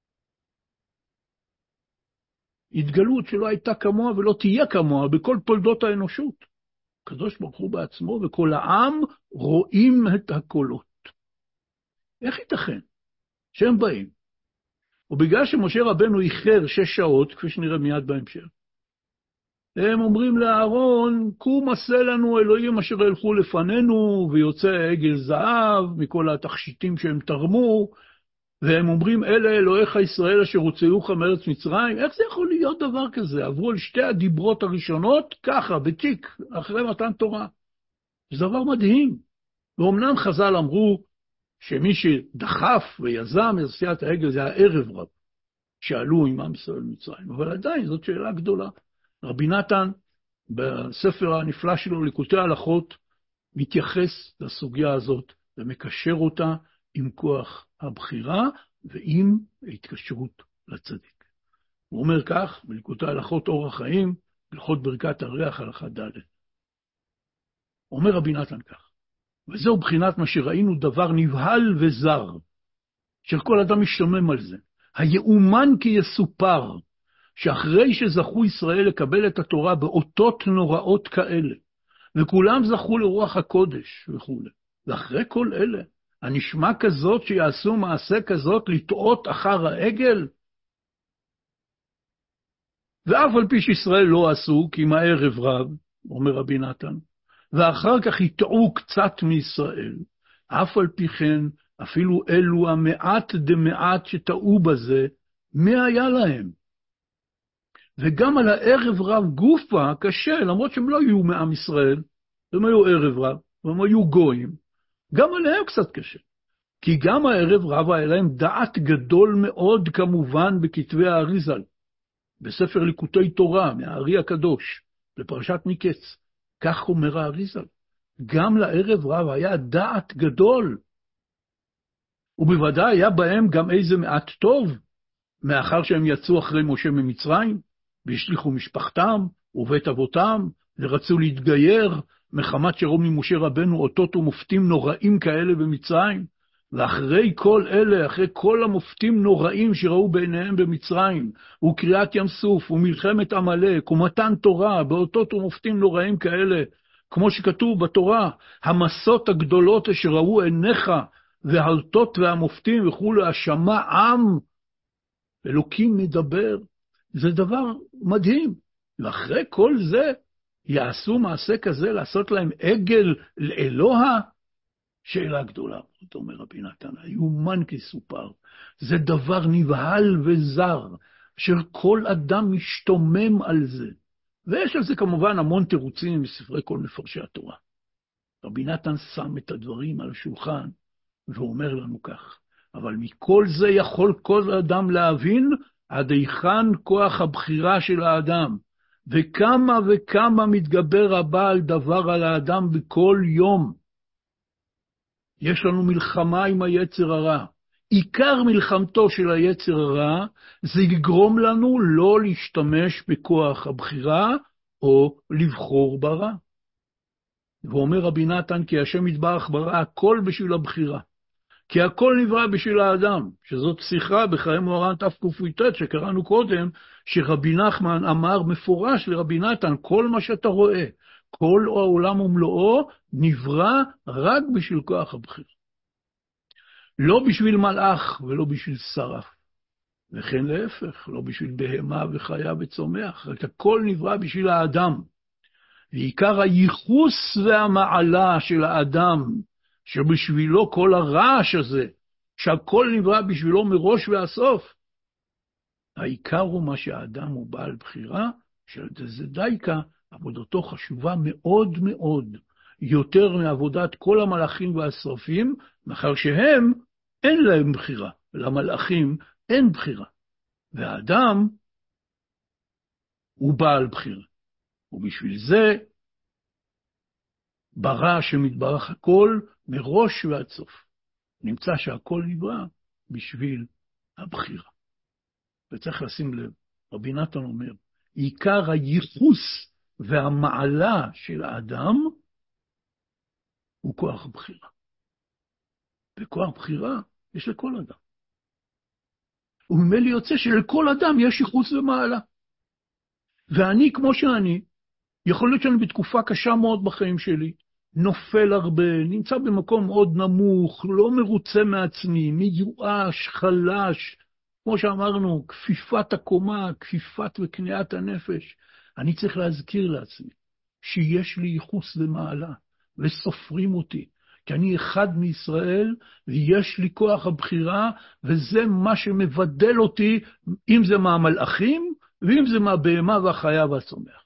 התגלות שלא הייתה כמוה ולא תהיה כמוה בכל תולדות האנושות. הקדוש ברוך הוא בעצמו וכל העם רואים את הקולות. איך ייתכן שהם באים? ובגלל שמשה רבנו איחר שש שעות, כפי שנראה מיד בהמשך, הם אומרים לאהרון, קום עשה לנו אלוהים אשר הלכו לפנינו, ויוצא עגל זהב מכל התכשיטים שהם תרמו, והם אומרים, אלה אלוהיך ישראל אשר הוציאוך מארץ מצרים. איך זה יכול להיות דבר כזה? עברו על שתי הדיברות הראשונות, ככה, בתיק, אחרי מתן תורה. זה דבר מדהים. ואומנם חז"ל אמרו, שמי שדחף ויזם את עשיית העגל זה הערב רב, שעלו עם עם ישראל מצרים. אבל עדיין זאת שאלה גדולה. רבי נתן, בספר הנפלא שלו, ליקוטי הלכות, מתייחס לסוגיה הזאת ומקשר אותה עם כוח הבחירה ועם ההתקשרות לצדיק. הוא אומר כך, בליקוטי הלכות אור החיים, הלכות ברכת הריח, הלכה ד'. אומר רבי נתן כך, וזהו בחינת מה שראינו דבר נבהל וזר, שכל אדם משתומם על זה. היאומן כי יסופר, שאחרי שזכו ישראל לקבל את התורה באותות נוראות כאלה, וכולם זכו לרוח הקודש וכו'. ואחרי כל אלה, הנשמע כזאת שיעשו מעשה כזאת לטעות אחר העגל? ואף על פי שישראל לא עשו, כי מהערב רב, אומר רבי נתן, ואחר כך יטעו קצת מישראל, אף על פי כן, אפילו אלו המעט דמעט שטעו בזה, מה היה להם? וגם על הערב רב גופה קשה, למרות שהם לא היו מעם ישראל, הם היו ערב רב, והם היו גויים, גם עליהם קצת קשה. כי גם הערב רב היה להם דעת גדול מאוד כמובן בכתבי האריזל, בספר ליקוטי תורה, מהארי הקדוש, לפרשת מקץ. כך אומר האריזל. גם לערב רב היה דעת גדול, ובוודאי היה בהם גם איזה מעט טוב, מאחר שהם יצאו אחרי משה ממצרים, והשליחו משפחתם ובית אבותם, ורצו להתגייר, מחמת שראו ממשה רבנו אותות ומופתים נוראים כאלה במצרים, ואחרי כל אלה, אחרי כל המופתים נוראים שראו בעיניהם במצרים, וקריאת ים סוף, ומלחמת עמלק, ומתן תורה, באותות ומופתים נוראים כאלה, כמו שכתוב בתורה, המסות הגדולות אשר ראו עיניך, והרטות והמופתים וכולי, השמע עם, אלוקים מדבר. זה דבר מדהים. ואחרי כל זה, יעשו מעשה כזה, לעשות להם עגל לאלוה? שאלה גדולה, זאת אומר רבי נתן, היומן כסופר. זה דבר נבהל וזר, אשר כל אדם משתומם על זה. ויש על זה כמובן המון תירוצים מספרי כל מפרשי התורה. רבי נתן שם את הדברים על השולחן, ואומר לנו כך, אבל מכל זה יכול כל אדם להבין, עד היכן כוח הבחירה של האדם, וכמה וכמה מתגבר הבעל דבר על האדם בכל יום. יש לנו מלחמה עם היצר הרע. עיקר מלחמתו של היצר הרע, זה יגרום לנו לא להשתמש בכוח הבחירה, או לבחור ברע. ואומר רבי נתן, כי השם יתברך ברא הכל בשביל הבחירה. כי הכל נברא בשביל האדם, שזאת שיחה בחיי מוהר"ן תקפ"ט שקראנו קודם, שרבי נחמן אמר מפורש לרבי נתן, כל מה שאתה רואה, כל העולם ומלואו, נברא רק בשביל כוח הבחירה. לא בשביל מלאך ולא בשביל שרף. וכן להפך, לא בשביל בהמה וחיה וצומח, רק הכל נברא בשביל האדם. ועיקר הייחוס והמעלה של האדם, שבשבילו כל הרעש הזה, שהכל נברא בשבילו מראש והסוף, העיקר הוא מה שהאדם הוא בעל בחירה, שזה דייקה, עבודתו חשובה מאוד מאוד, יותר מעבודת כל המלאכים והשרפים, מאחר שהם אין להם בחירה, למלאכים אין בחירה. והאדם הוא בעל בחירה. ובשביל זה ברא שמתברך הכל מראש ועד סוף. נמצא שהכל נברא בשביל הבחירה. וצריך לשים לב, רבי נתן אומר, עיקר הייחוס והמעלה של האדם הוא כוח הבחירה. וכוח בחירה יש לכל אדם. וממילא יוצא שלכל אדם יש ייחוס ומעלה. ואני כמו שאני, יכול להיות שאני בתקופה קשה מאוד בחיים שלי, נופל הרבה, נמצא במקום מאוד נמוך, לא מרוצה מעצמי, מיואש, חלש, כמו שאמרנו, כפיפת הקומה, כפיפת וקניית הנפש. אני צריך להזכיר לעצמי שיש לי ייחוס ומעלה, וסופרים אותי, כי אני אחד מישראל, ויש לי כוח הבחירה, וזה מה שמבדל אותי, אם זה מהמלאכים, ואם זה מהבהמה והחיה והצומח.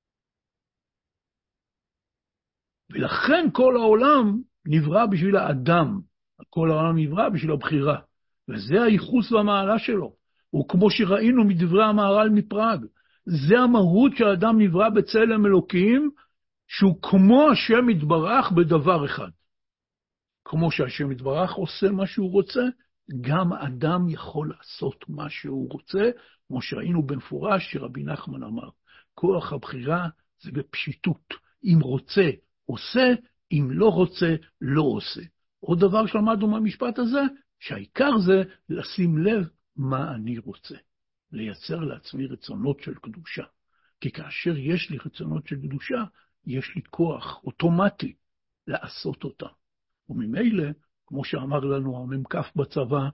ולכן כל העולם נברא בשביל האדם, כל העולם נברא בשביל הבחירה, וזה הייחוס והמעלה שלו. וכמו שראינו מדברי המהר"ל מפראג, זה המהות שהאדם נברא בצלם אלוקים, שהוא כמו השם יתברך בדבר אחד. כמו שהשם יתברך עושה מה שהוא רוצה, גם אדם יכול לעשות מה שהוא רוצה, כמו שראינו במפורש שרבי נחמן אמר, כוח הבחירה זה בפשיטות, אם רוצה, עושה, אם לא רוצה, לא עושה. עוד דבר שלמדנו מהמשפט הזה, שהעיקר זה לשים לב מה אני רוצה. לייצר לעצמי רצונות של קדושה. כי כאשר יש לי רצונות של קדושה, יש לי כוח אוטומטי לעשות אותם. וממילא, כמו שאמר לנו המ"כ בצבא,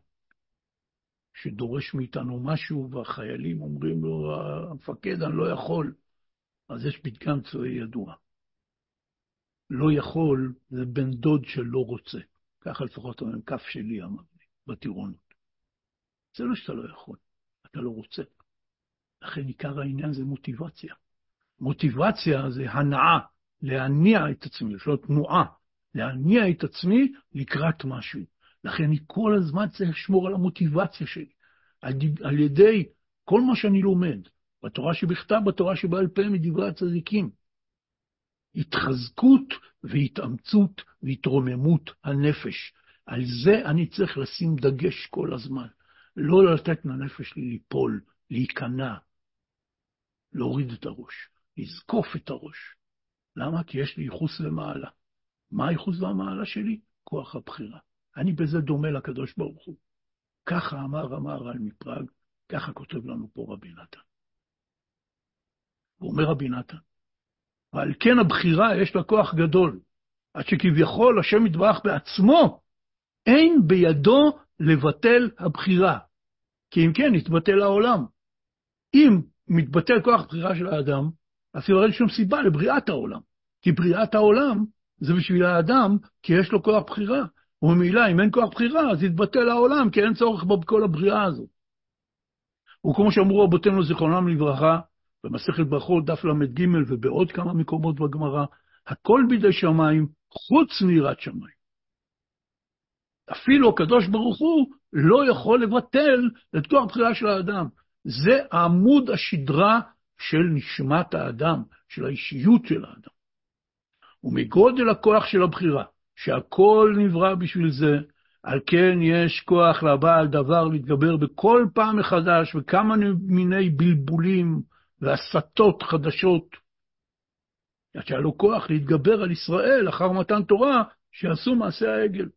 שדורש מאיתנו משהו, והחיילים אומרים לו, המפקד, אני לא יכול. אז יש פתגם צבאי ידוע. לא יכול, זה בן דוד שלא רוצה. ככה לפחות המ"כ שלי אמר לי, בטירונות. זה לא שאתה לא יכול, אתה לא רוצה. לכן עיקר העניין זה מוטיבציה. מוטיבציה זה הנעה, להניע את עצמי, לפעול תנועה, להניע את עצמי לקראת משהו. לכן אני כל הזמן צריך לשמור על המוטיבציה שלי, על, על ידי כל מה שאני לומד, בתורה שבכתב, בתורה שבעל פה מדברי הצדיקים. התחזקות והתאמצות והתרוממות הנפש. על זה אני צריך לשים דגש כל הזמן. לא לתת לנפש לי ליפול, להיכנע, להוריד את הראש, לזקוף את הראש. למה? כי יש לי ייחוס ומעלה. מה הייחוס והמעלה שלי? כוח הבחירה. אני בזה דומה לקדוש ברוך הוא. ככה אמר המהר"ל מפראג, ככה כותב לנו פה רבי נתן. הוא אומר רבי נתן, ועל כן הבחירה יש לה כוח גדול, עד שכביכול השם יתברך בעצמו, אין בידו לבטל הבחירה, כי אם כן יתבטל העולם. אם מתבטל כוח הבחירה של האדם, אז אין שום סיבה לבריאת העולם, כי בריאת העולם זה בשביל האדם, כי יש לו כוח בחירה, וממילא אם אין כוח בחירה, אז יתבטל העולם, כי אין צורך בכל הבריאה הזאת. וכמו שאמרו רבותינו זיכרונם לברכה, במסכת ברכות דף למד ג' ובעוד כמה מקומות בגמרא, הכל בידי שמיים חוץ מיראת שמיים. אפילו הקדוש ברוך הוא לא יכול לבטל את כוח הבחירה של האדם. זה עמוד השדרה של נשמת האדם, של האישיות של האדם. ומגודל הכוח של הבחירה, שהכל נברא בשביל זה, על כן יש כוח לבעל דבר להתגבר בכל פעם מחדש, וכמה מיני בלבולים והסתות חדשות, עד שהיה לו כוח להתגבר על ישראל אחר מתן תורה, שעשו מעשה העגל.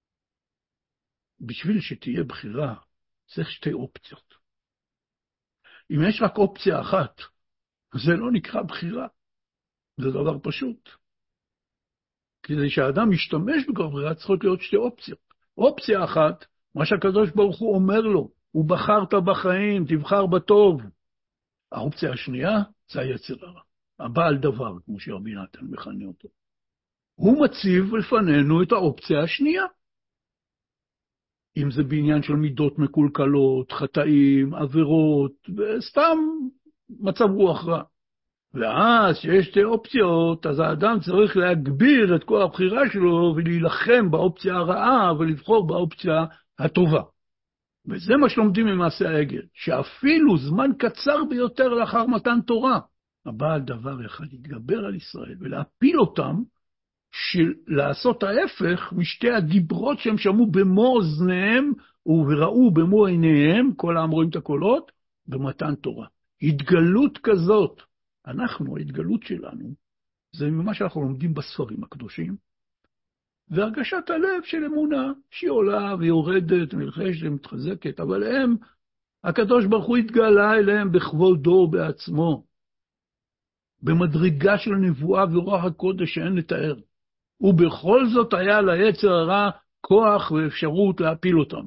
בשביל שתהיה בחירה, צריך שתי אופציות. אם יש רק אופציה אחת, זה לא נקרא בחירה. זה דבר פשוט. כדי שהאדם ישתמש בכוח בחירה, צריכות להיות שתי אופציות. אופציה אחת, מה שהקדוש ברוך הוא אומר לו, הוא בחרת בחיים, תבחר בטוב. האופציה השנייה, זה היצר הרע. הבעל דבר, כמו שרבי נתן מכנה אותו. הוא מציב לפנינו את האופציה השנייה. אם זה בעניין של מידות מקולקלות, חטאים, עבירות, וסתם מצב רוח רע. ואז שיש שתי אופציות, אז האדם צריך להגביר את כוח הבחירה שלו ולהילחם באופציה הרעה ולבחור באופציה הטובה. וזה מה שלומדים ממעשה העגל, שאפילו זמן קצר ביותר לאחר מתן תורה, הבעל דבר אחד להתגבר על ישראל ולהפיל אותם, של לעשות ההפך משתי הדיברות שהם שמעו במו אוזניהם וראו במו עיניהם, כל העם רואים את הקולות, במתן תורה. התגלות כזאת, אנחנו, ההתגלות שלנו, זה ממה שאנחנו לומדים בספרים הקדושים, והרגשת הלב של אמונה, שהיא עולה ויורדת, מלחשת ומתחזקת, אבל הם, הקדוש ברוך הוא התגלה אליהם בכבודו בעצמו, במדרגה של נבואה ורוח הקודש שאין לתאר. ובכל זאת היה ליצר הרע כוח ואפשרות להפיל אותם.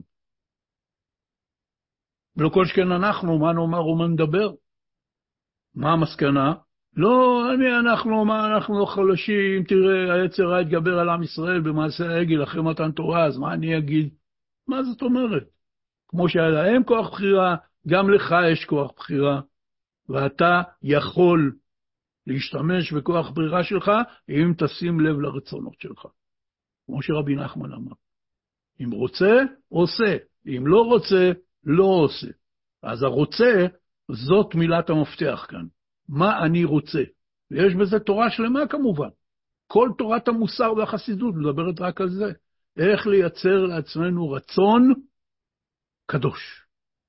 ולא כל שכן אנחנו, מה נאמר ומה נדבר? מה המסקנה? לא, אני, אנחנו, מה אנחנו חלשים, תראה, היצר הרע התגבר על עם ישראל במעשה העגל אחרי מתן תורה, אז מה אני אגיד? מה זאת אומרת? כמו שהיה להם כוח בחירה, גם לך יש כוח בחירה, ואתה יכול להשתמש בכוח ברירה שלך, אם תשים לב לרצונות שלך. כמו שרבי נחמן אמר. אם רוצה, עושה. אם לא רוצה, לא עושה. אז הרוצה, זאת מילת המפתח כאן. מה אני רוצה? ויש בזה תורה שלמה כמובן. כל תורת המוסר והחסידות מדברת רק על זה. איך לייצר לעצמנו רצון קדוש.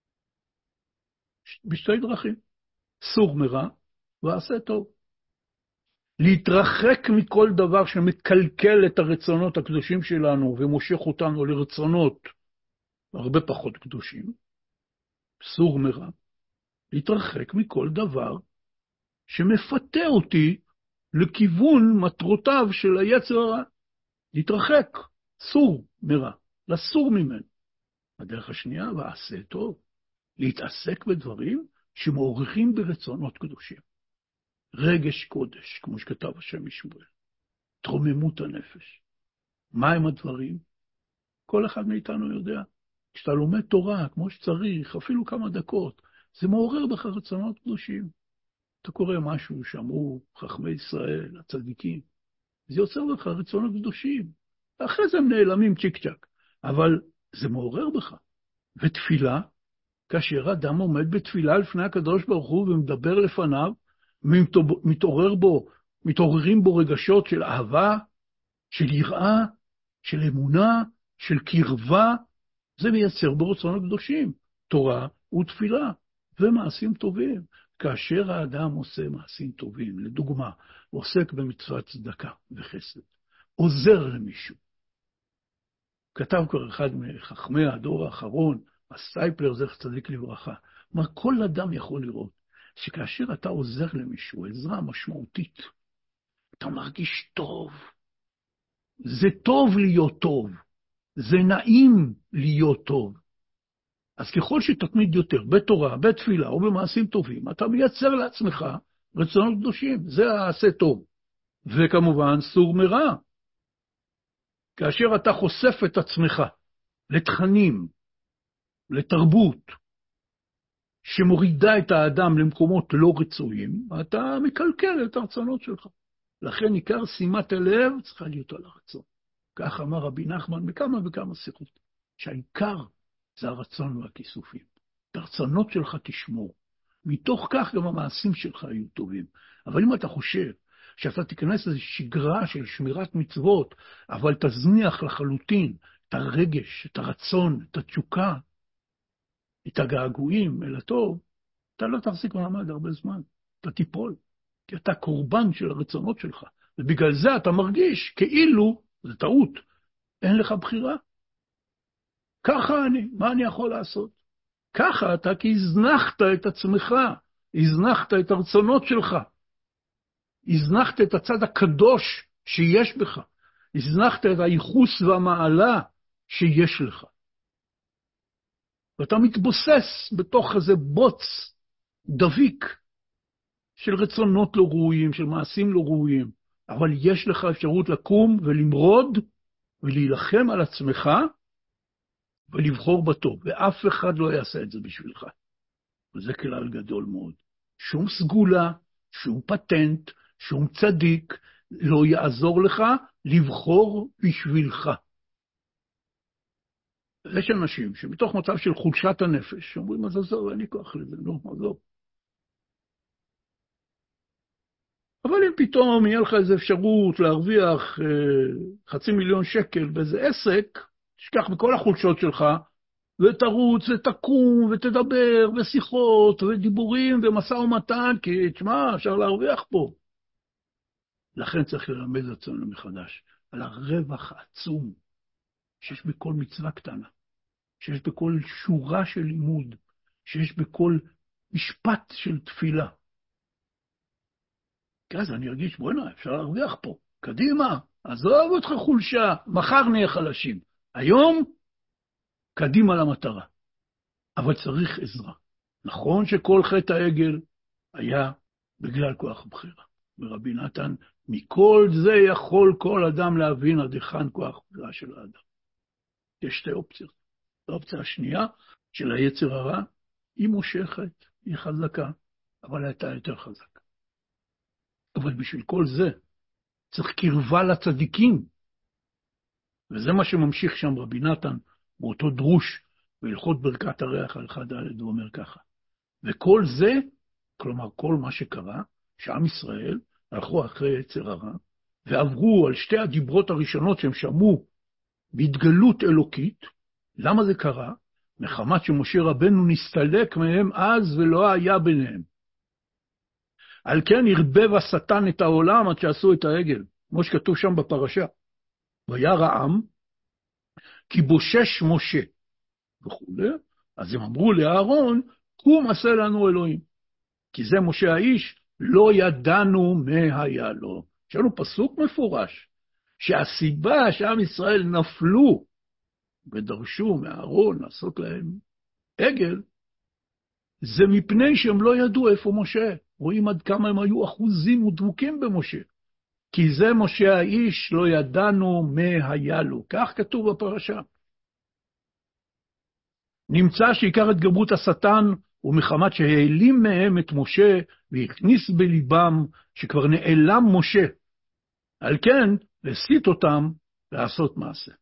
בשתי דרכים. סור מרע ועשה טוב. להתרחק מכל דבר שמקלקל את הרצונות הקדושים שלנו ומושך אותנו לרצונות הרבה פחות קדושים. סור מרע. להתרחק מכל דבר שמפתה אותי לכיוון מטרותיו של היצר הרע. להתרחק, סור מרע, לסור ממנו. הדרך השנייה, ועשה טוב. להתעסק בדברים שמעורכים ברצונות קדושים. רגש קודש, כמו שכתב השם משמואל. תרוממות הנפש. מה הם הדברים? כל אחד מאיתנו יודע. כשאתה לומד תורה, כמו שצריך, אפילו כמה דקות, זה מעורר בך רצונות קדושים. אתה קורא משהו שאמרו חכמי ישראל, הצדיקים, זה יוצר בך רצונות קדושים. אחרי זה הם נעלמים צ'יק צ'ק, אבל זה מעורר בך. ותפילה, כאשר אדם עומד בתפילה לפני הקדוש ברוך הוא ומדבר לפניו, מתעורר בו, מתעוררים בו רגשות של אהבה, של יראה, של אמונה, של קרבה, זה מייצר ברצונות קדושים, תורה ותפילה, ומעשים טובים. כאשר האדם עושה מעשים טובים, לדוגמה, עוסק במצוות צדקה וחסד, עוזר למישהו. כתב כבר אחד מחכמי הדור האחרון, הסטייפלר, זכר צדיק לברכה, מה כל אדם יכול לראות, שכאשר אתה עוזר למישהו, עזרה משמעותית, אתה מרגיש טוב. זה טוב להיות טוב. זה נעים להיות טוב. אז ככל שתתמיד יותר, בתורה, בתפילה או במעשים טובים, אתה מייצר לעצמך רצונות קדושים. זה העשה טוב. וכמובן, סור מרע. כאשר אתה חושף את עצמך לתכנים, לתרבות, שמורידה את האדם למקומות לא רצויים, אתה מקלקל את הרצונות שלך. לכן עיקר שימת הלב צריכה להיות על הרצון. כך אמר רבי נחמן בכמה וכמה שיחות, שהעיקר זה הרצון והכיסופים. את הרצונות שלך תשמור. מתוך כך גם המעשים שלך יהיו טובים. אבל אם אתה חושב שאתה תיכנס לאיזו שגרה של שמירת מצוות, אבל תזניח לחלוטין את הרגש, את הרצון, את התשוקה, את הגעגועים אל הטוב, אתה לא תחזיק מעמד הרבה זמן. אתה תיפול, כי אתה קורבן של הרצונות שלך. ובגלל זה אתה מרגיש כאילו, זה טעות, אין לך בחירה. ככה אני, מה אני יכול לעשות? ככה אתה, כי הזנחת את עצמך, הזנחת את הרצונות שלך, הזנחת את הצד הקדוש שיש בך, הזנחת את הייחוס והמעלה שיש לך. ואתה מתבוסס בתוך איזה בוץ דביק של רצונות לא ראויים, של מעשים לא ראויים, אבל יש לך אפשרות לקום ולמרוד ולהילחם על עצמך ולבחור בטוב, ואף אחד לא יעשה את זה בשבילך. וזה כלל גדול מאוד. שום סגולה, שום פטנט, שום צדיק לא יעזור לך לבחור בשבילך. יש אנשים שמתוך מצב של חולשת הנפש, שאומרים, אז עזוב, אין לי כוח לזה, לא, עזוב. אבל אם פתאום יהיה לך איזו אפשרות להרוויח אה, חצי מיליון שקל באיזה עסק, תשכח בכל החולשות שלך, ותרוץ ותקום ותדבר ושיחות ודיבורים ומשא ומתן, כי תשמע, אפשר להרוויח פה. לכן צריך ללמד עצמנו מחדש על הרווח העצום שיש בכל מצווה קטנה, שיש בכל שורה של לימוד, שיש בכל משפט של תפילה. כי אז אני ארגיש, בוא'נה, אפשר להרוויח פה. קדימה, עזוב אותך חולשה, מחר נהיה חלשים. היום, קדימה למטרה. אבל צריך עזרה. נכון שכל חטא העגל היה בגלל כוח הבחירה. ורבי נתן, מכל זה יכול כל אדם להבין עד היכן כוח הבחירה של האדם. יש שתי אופציות. האופציה השנייה של היצר הרע, היא מושכת, היא חזקה, אבל הייתה יותר חזקה. אבל בשביל כל זה צריך קרבה לצדיקים. וזה מה שממשיך שם רבי נתן באותו דרוש בהלכות ברכת הריח על אחד ד' הוא אומר ככה. וכל זה, כלומר כל מה שקרה, שעם ישראל הלכו אחרי יצר הרע, ועברו על שתי הדיברות הראשונות שהם שמעו בהתגלות אלוקית. למה זה קרה? מחמת שמשה רבנו נסתלק מהם אז ולא היה ביניהם. על כן הרבב השטן את העולם עד שעשו את העגל, כמו שכתוב שם בפרשה. וירא העם כי בושש משה וכו'. אז הם אמרו לאהרון, קום עשה לנו אלוהים. כי זה משה האיש, לא ידענו מה היה לו. יש לנו פסוק מפורש, שהסיבה שעם ישראל נפלו ודרשו מאהרון לעשות להם עגל, זה מפני שהם לא ידעו איפה משה. רואים עד כמה הם היו אחוזים ודבוקים במשה. כי זה משה האיש, לא ידענו מה היה לו. כך כתוב בפרשה. נמצא שעיקר התגברות השטן הוא מחמת שהעלים מהם את משה והכניס בליבם שכבר נעלם משה. על כן, להסית אותם לעשות מעשה.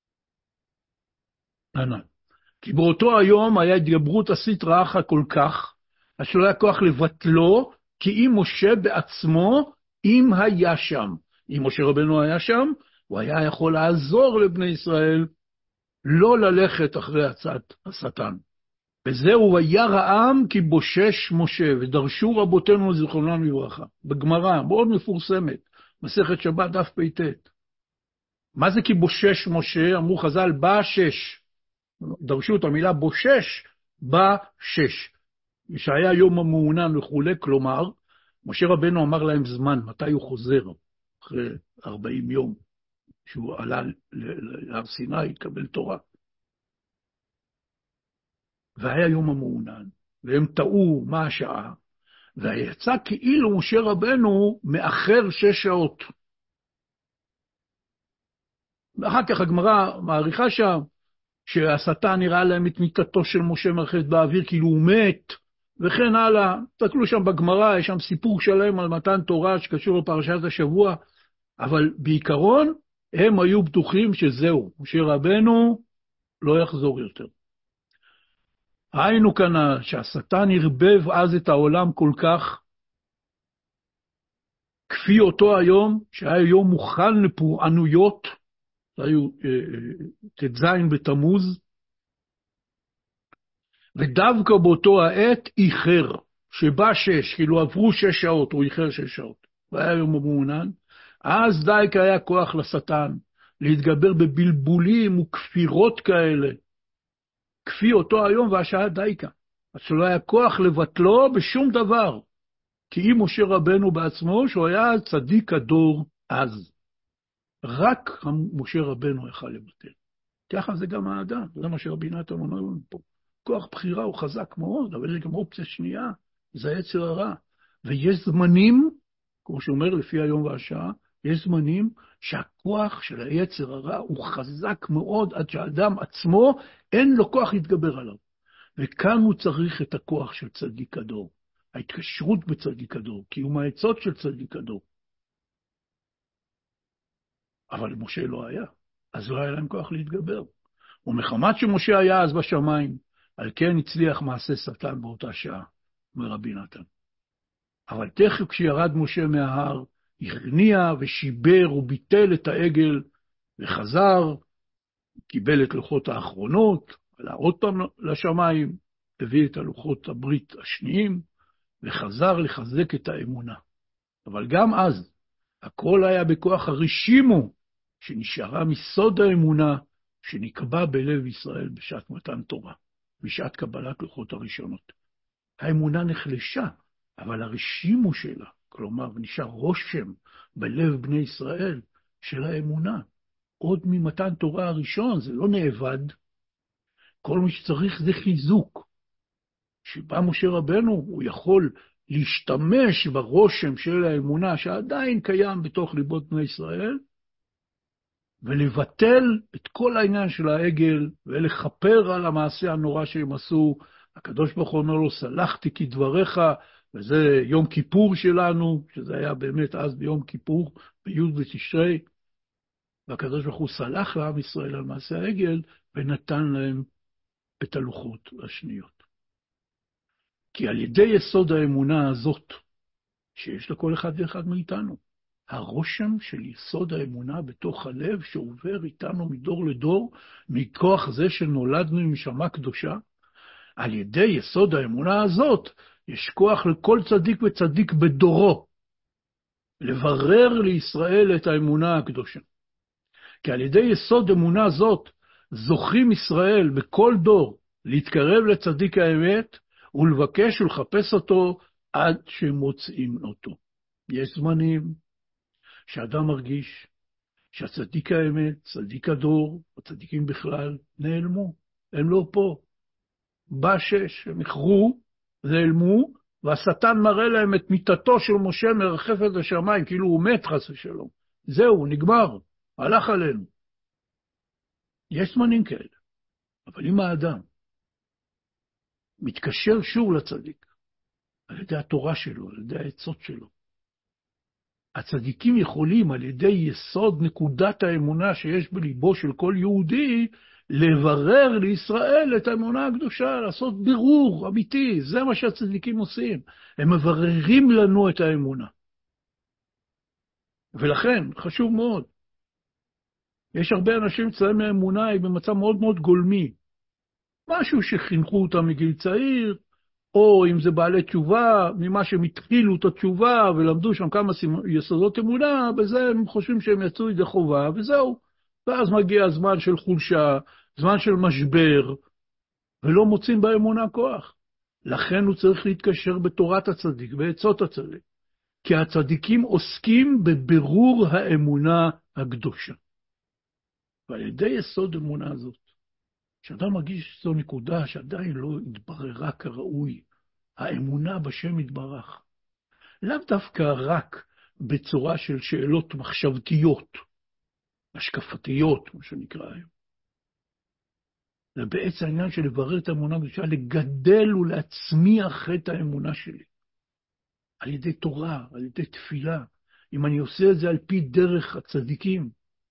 ענן. כי באותו היום היה התגברות הסטרא אחרא כל כך, אשר לא היה כוח לבטלו, כי אם משה בעצמו, אם היה שם. אם משה רבנו היה שם, הוא היה יכול לעזור לבני ישראל, לא ללכת אחרי הצעת השטן. וזהו וירא העם כי בושש משה, ודרשו רבותינו זיכרונם לברכה. בגמרא, מאוד מפורסמת, מסכת שבת דף פ"ט. מה זה כי בושש משה? אמרו חז"ל, בא שש. דרשו את המילה בושש, בא שש. שהיה יום המעונן וכו', כלומר, משה רבנו אמר להם זמן, מתי הוא חוזר. אחרי ארבעים יום, שהוא עלה להר סיני, התקבל תורה. והיה יום המעונן, והם טעו מה השעה, ויצא כאילו משה רבנו מאחר שש שעות. ואחר כך הגמרא מעריכה שם, שהשטן נראה להם את מיטתו של משה מרחפת באוויר, כאילו הוא מת, וכן הלאה. תסתכלו שם בגמרא, יש שם סיפור שלם על מתן תורה שקשור לפרשת השבוע, אבל בעיקרון הם היו בטוחים שזהו, משה רבנו לא יחזור יותר. היינו כאן שהשטן הרבב אז את העולם כל כך, כפי אותו היום, שהיה יום מוכן לפורענויות, זה היו תזין בתמוז, ודווקא באותו העת איחר, שבא שש, כאילו עברו שש שעות, הוא איחר שש שעות, והיה יום המעונן, אז די היה כוח לשטן, להתגבר בבלבולים וכפירות כאלה, כפי אותו היום והשעה דייקה, אז שלא היה כוח לבטלו בשום דבר, כי אם משה רבנו בעצמו, שהוא היה צדיק הדור אז, רק משה רבנו יכל לבטל. ככה זה גם האדם, זה מה שרבי נתן אומר לנו פה. כוח בחירה הוא חזק מאוד, אבל יש גם אופציה שנייה, זה היצר הרע. ויש זמנים, כמו שאומר לפי היום והשעה, יש זמנים שהכוח של היצר הרע הוא חזק מאוד, עד שהאדם עצמו אין לו כוח להתגבר עליו. וכאן הוא צריך את הכוח של צדיק הדור, ההתקשרות בצדיק הדור, קיום העצות של צדיק הדור. אבל משה לא היה, אז לא היה להם כוח להתגבר. ומחמת שמשה היה אז בשמיים, על כן הצליח מעשה שטן באותה שעה, מרבי נתן. אבל תכף כשירד משה מההר, הכניע ושיבר וביטל את העגל, וחזר, קיבל את לוחות האחרונות, עלה עוד פעם לשמיים, הביא את הלוחות הברית השניים, וחזר לחזק את האמונה. אבל גם אז, הכל היה בכוח הרשימו, שנשארה מסוד האמונה, שנקבע בלב ישראל בשעת מתן תורה, בשעת קבלת לוחות הראשונות. האמונה נחלשה, אבל הרשימו שלה, כלומר, נשאר רושם בלב בני ישראל של האמונה. עוד ממתן תורה הראשון, זה לא נאבד. כל מי שצריך זה חיזוק. שבא משה רבנו, הוא יכול להשתמש ברושם של האמונה, שעדיין קיים בתוך ליבות בני ישראל, ולבטל את כל העניין של העגל, ולחפר על המעשה הנורא שהם עשו. הקדוש ברוך הוא אומר לו, סלחתי כדבריך, וזה יום כיפור שלנו, שזה היה באמת אז ביום כיפור, בי' בתשרי, והקדוש ברוך הוא סלח לעם ישראל על מעשה העגל, ונתן להם את הלוחות השניות. כי על ידי יסוד האמונה הזאת, שיש לכל אחד ואחד מאיתנו, הרושם של יסוד האמונה בתוך הלב, שעובר איתנו מדור לדור, מכוח זה שנולדנו עם נשמה קדושה, על ידי יסוד האמונה הזאת, יש כוח לכל צדיק וצדיק בדורו, לברר לישראל את האמונה הקדושה. כי על ידי יסוד אמונה זאת, זוכים ישראל בכל דור להתקרב לצדיק האמת, ולבקש ולחפש אותו עד שמוצאים אותו. יש זמנים שאדם מרגיש שהצדיק האמת, צדיק הדור, הצדיקים בכלל, נעלמו, הם לא פה. בא שש, הם איחרו, נעלמו, והשטן מראה להם את מיטתו של משה מרחפת לשמיים, כאילו הוא מת חס ושלום. זהו, נגמר, הלך עלינו. יש זמנים כאלה, אבל אם האדם מתקשר שוב לצדיק, על ידי התורה שלו, על ידי העצות שלו, הצדיקים יכולים על ידי יסוד נקודת האמונה שיש בליבו של כל יהודי, לברר לישראל את האמונה הקדושה, לעשות בירור אמיתי. זה מה שהצדיקים עושים. הם מבררים לנו את האמונה. ולכן, חשוב מאוד, יש הרבה אנשים אצלם האמונה היא במצב מאוד מאוד גולמי. משהו שחינכו אותם מגיל צעיר, או אם זה בעלי תשובה, ממה שהם התחילו את התשובה ולמדו שם כמה יסודות אמונה, בזה הם חושבים שהם יצאו ידי חובה, וזהו. ואז מגיע הזמן של חולשה, זמן של משבר, ולא מוצאים באמונה כוח. לכן הוא צריך להתקשר בתורת הצדיק, בעצות הצדיק. כי הצדיקים עוסקים בבירור האמונה הקדושה. ועל ידי יסוד אמונה הזאת, שאדם מרגיש שזו נקודה שעדיין לא התבררה כראוי, האמונה בשם יתברך, לאו דווקא רק בצורה של שאלות מחשבתיות, השקפתיות, מה שנקרא היום. זה בעצם העניין של לברר את האמונה הקדושה, לגדל ולהצמיח את האמונה שלי. על ידי תורה, על ידי תפילה. אם אני עושה את זה על פי דרך הצדיקים,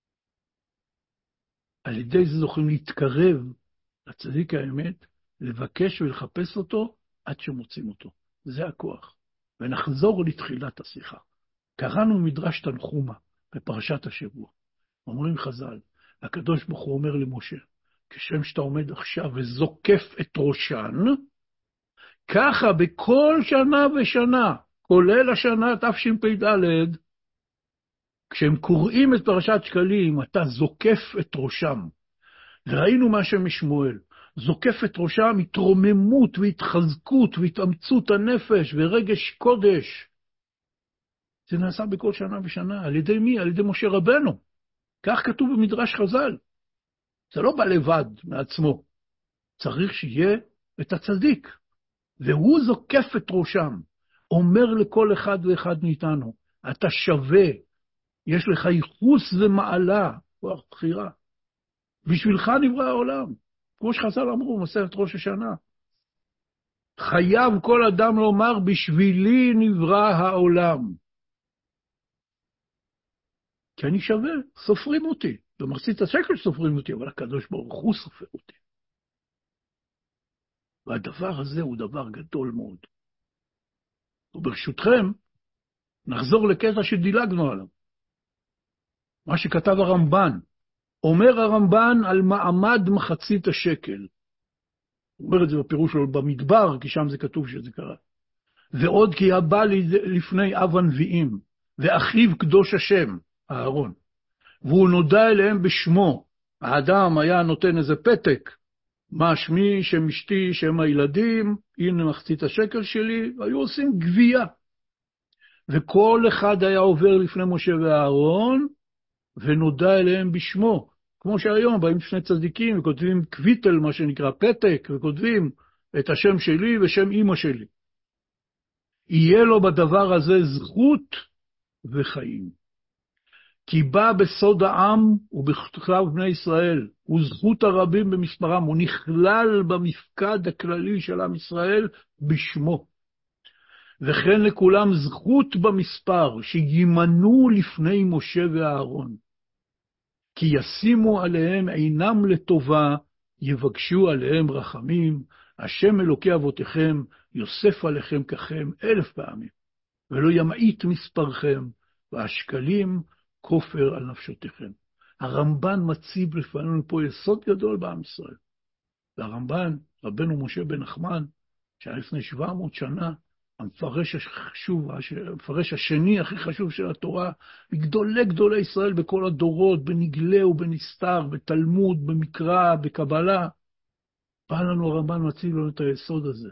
על ידי זה זוכים להתקרב לצדיק האמת, לבקש ולחפש אותו עד שמוצאים אותו. זה הכוח. ונחזור לתחילת השיחה. קראנו מדרש תנחומה בפרשת השבוע. אומרים חז"ל, הקדוש ברוך הוא אומר למשה, כשם שאתה עומד עכשיו וזוקף את ראשן, ככה בכל שנה ושנה, כולל השנה תשפ"ד, כשהם קוראים את פרשת שקלים, אתה זוקף את ראשם. וראינו מה שמשמואל, זוקף את ראשם התרוממות והתחזקות והתאמצות הנפש ורגש קודש. זה נעשה בכל שנה ושנה. על ידי מי? על ידי משה רבנו. כך כתוב במדרש חז"ל. זה לא בא לבד מעצמו. צריך שיהיה את הצדיק. והוא זוקף את ראשם. אומר לכל אחד ואחד מאיתנו, אתה שווה, יש לך ייחוס ומעלה, כוח בחירה. בשבילך נברא העולם. כמו שחז"ל אמרו, מסכת ראש השנה. חייב כל אדם לומר, בשבילי נברא העולם. כי אני שווה, סופרים אותי. במחצית השקל סופרים אותי, אבל הקדוש ברוך הוא סופר אותי. והדבר הזה הוא דבר גדול מאוד. וברשותכם, נחזור לקטע שדילגנו עליו. מה שכתב הרמב"ן. אומר הרמב"ן על מעמד מחצית השקל. הוא אומר את זה בפירוש שלו במדבר, כי שם זה כתוב שזה קרה. ועוד כי הבא לפני אב הנביאים, ואחיו קדוש השם, אהרון. והוא נודע אליהם בשמו. האדם היה נותן איזה פתק, מה שמי, שם אשתי, שם הילדים, הנה מחצית השקל שלי, והיו עושים גבייה. וכל אחד היה עובר לפני משה ואהרון, ונודע אליהם בשמו. כמו שהיום באים שני צדיקים וכותבים קוויטל, מה שנקרא פתק, וכותבים את השם שלי ושם אמא שלי. יהיה לו בדבר הזה זכות וחיים. כי בא בסוד העם ובכתב בני ישראל, וזכות הרבים במספרם, הוא נכלל במפקד הכללי של עם ישראל בשמו. וכן לכולם זכות במספר, שימנו לפני משה ואהרון. כי ישימו עליהם עינם לטובה, יבקשו עליהם רחמים, השם אלוקי אבותיכם, יוסף עליכם ככם אלף פעמים, ולא ימעיט מספרכם, והשקלים כופר על נפשותיכם. הרמב"ן מציב לפנינו פה יסוד גדול בעם ישראל. והרמב"ן, רבנו משה בן נחמן, שהיה לפני שבע מאות שנה, המפרש החשוב, המפרש השני הכי חשוב של התורה, מגדולי גדולי ישראל בכל הדורות, בנגלה ובנסתר, בתלמוד, במקרא, בקבלה. בא לנו הרמב"ן מציב לנו את היסוד הזה.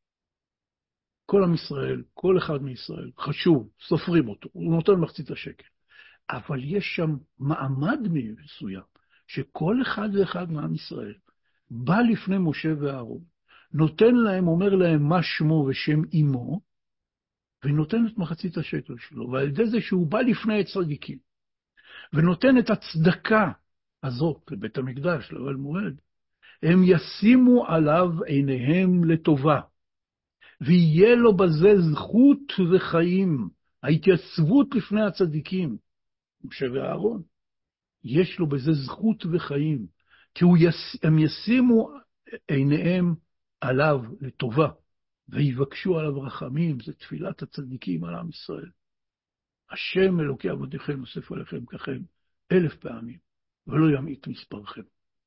כל עם ישראל, כל אחד מישראל, חשוב, סופרים אותו, הוא נותן מחצית השקל. אבל יש שם מעמד מסוים, שכל אחד ואחד מעם ישראל בא לפני משה ואהרון, נותן להם, אומר להם מה שמו ושם אמו, ונותן את מחצית השקל שלו, ועל ידי זה שהוא בא לפני הצדיקים, ונותן את הצדקה הזאת לבית המקדש, לאוהל מועד, הם ישימו עליו עיניהם לטובה, ויהיה לו בזה זכות וחיים, ההתייצבות לפני הצדיקים, משה ואהרון, יש לו בזה זכות וחיים, כי יס... הם ישימו עיניהם עליו לטובה, ויבקשו עליו רחמים, זה תפילת הצדיקים על עם ישראל. השם אלוקי אבותיכם יוסף עליכם ככם אלף פעמים, ולא ימעיט מספרכם.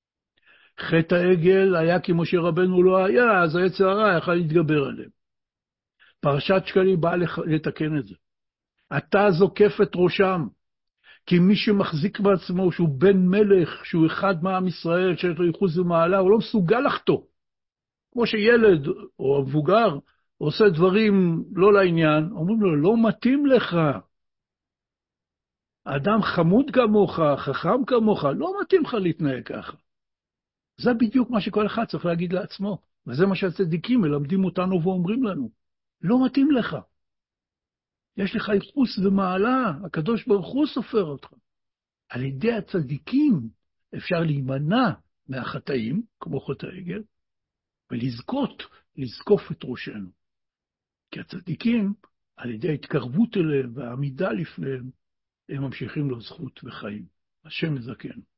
חטא העגל היה כי משה רבנו לא היה, אז היצר הרע יכל להתגבר עליהם. פרשת שקלים באה לתקן את זה. אתה זוקף את ראשם, כי מי שמחזיק בעצמו שהוא בן מלך, שהוא אחד מעם ישראל, שיש לו ייחוס ומעלה, הוא לא מסוגל לחטוא. כמו שילד או המבוגר עושה דברים לא לעניין, אומרים לו, לא מתאים לך. אדם חמוד כמוך, חכם כמוך, לא מתאים לך להתנהג ככה. זה בדיוק מה שכל אחד צריך להגיד לעצמו, וזה מה שהצדיקים מלמדים אותנו ואומרים לנו. לא מתאים לך. יש לך ייחוס ומעלה, הקדוש ברוך הוא סופר אותך. על ידי הצדיקים אפשר להימנע מהחטאים, כמו חטא העגל, ולזכות, לזקוף את ראשנו. כי הצדיקים, על ידי ההתקרבות אליהם והעמידה לפניהם, הם ממשיכים לו זכות וחיים. השם יזכנו.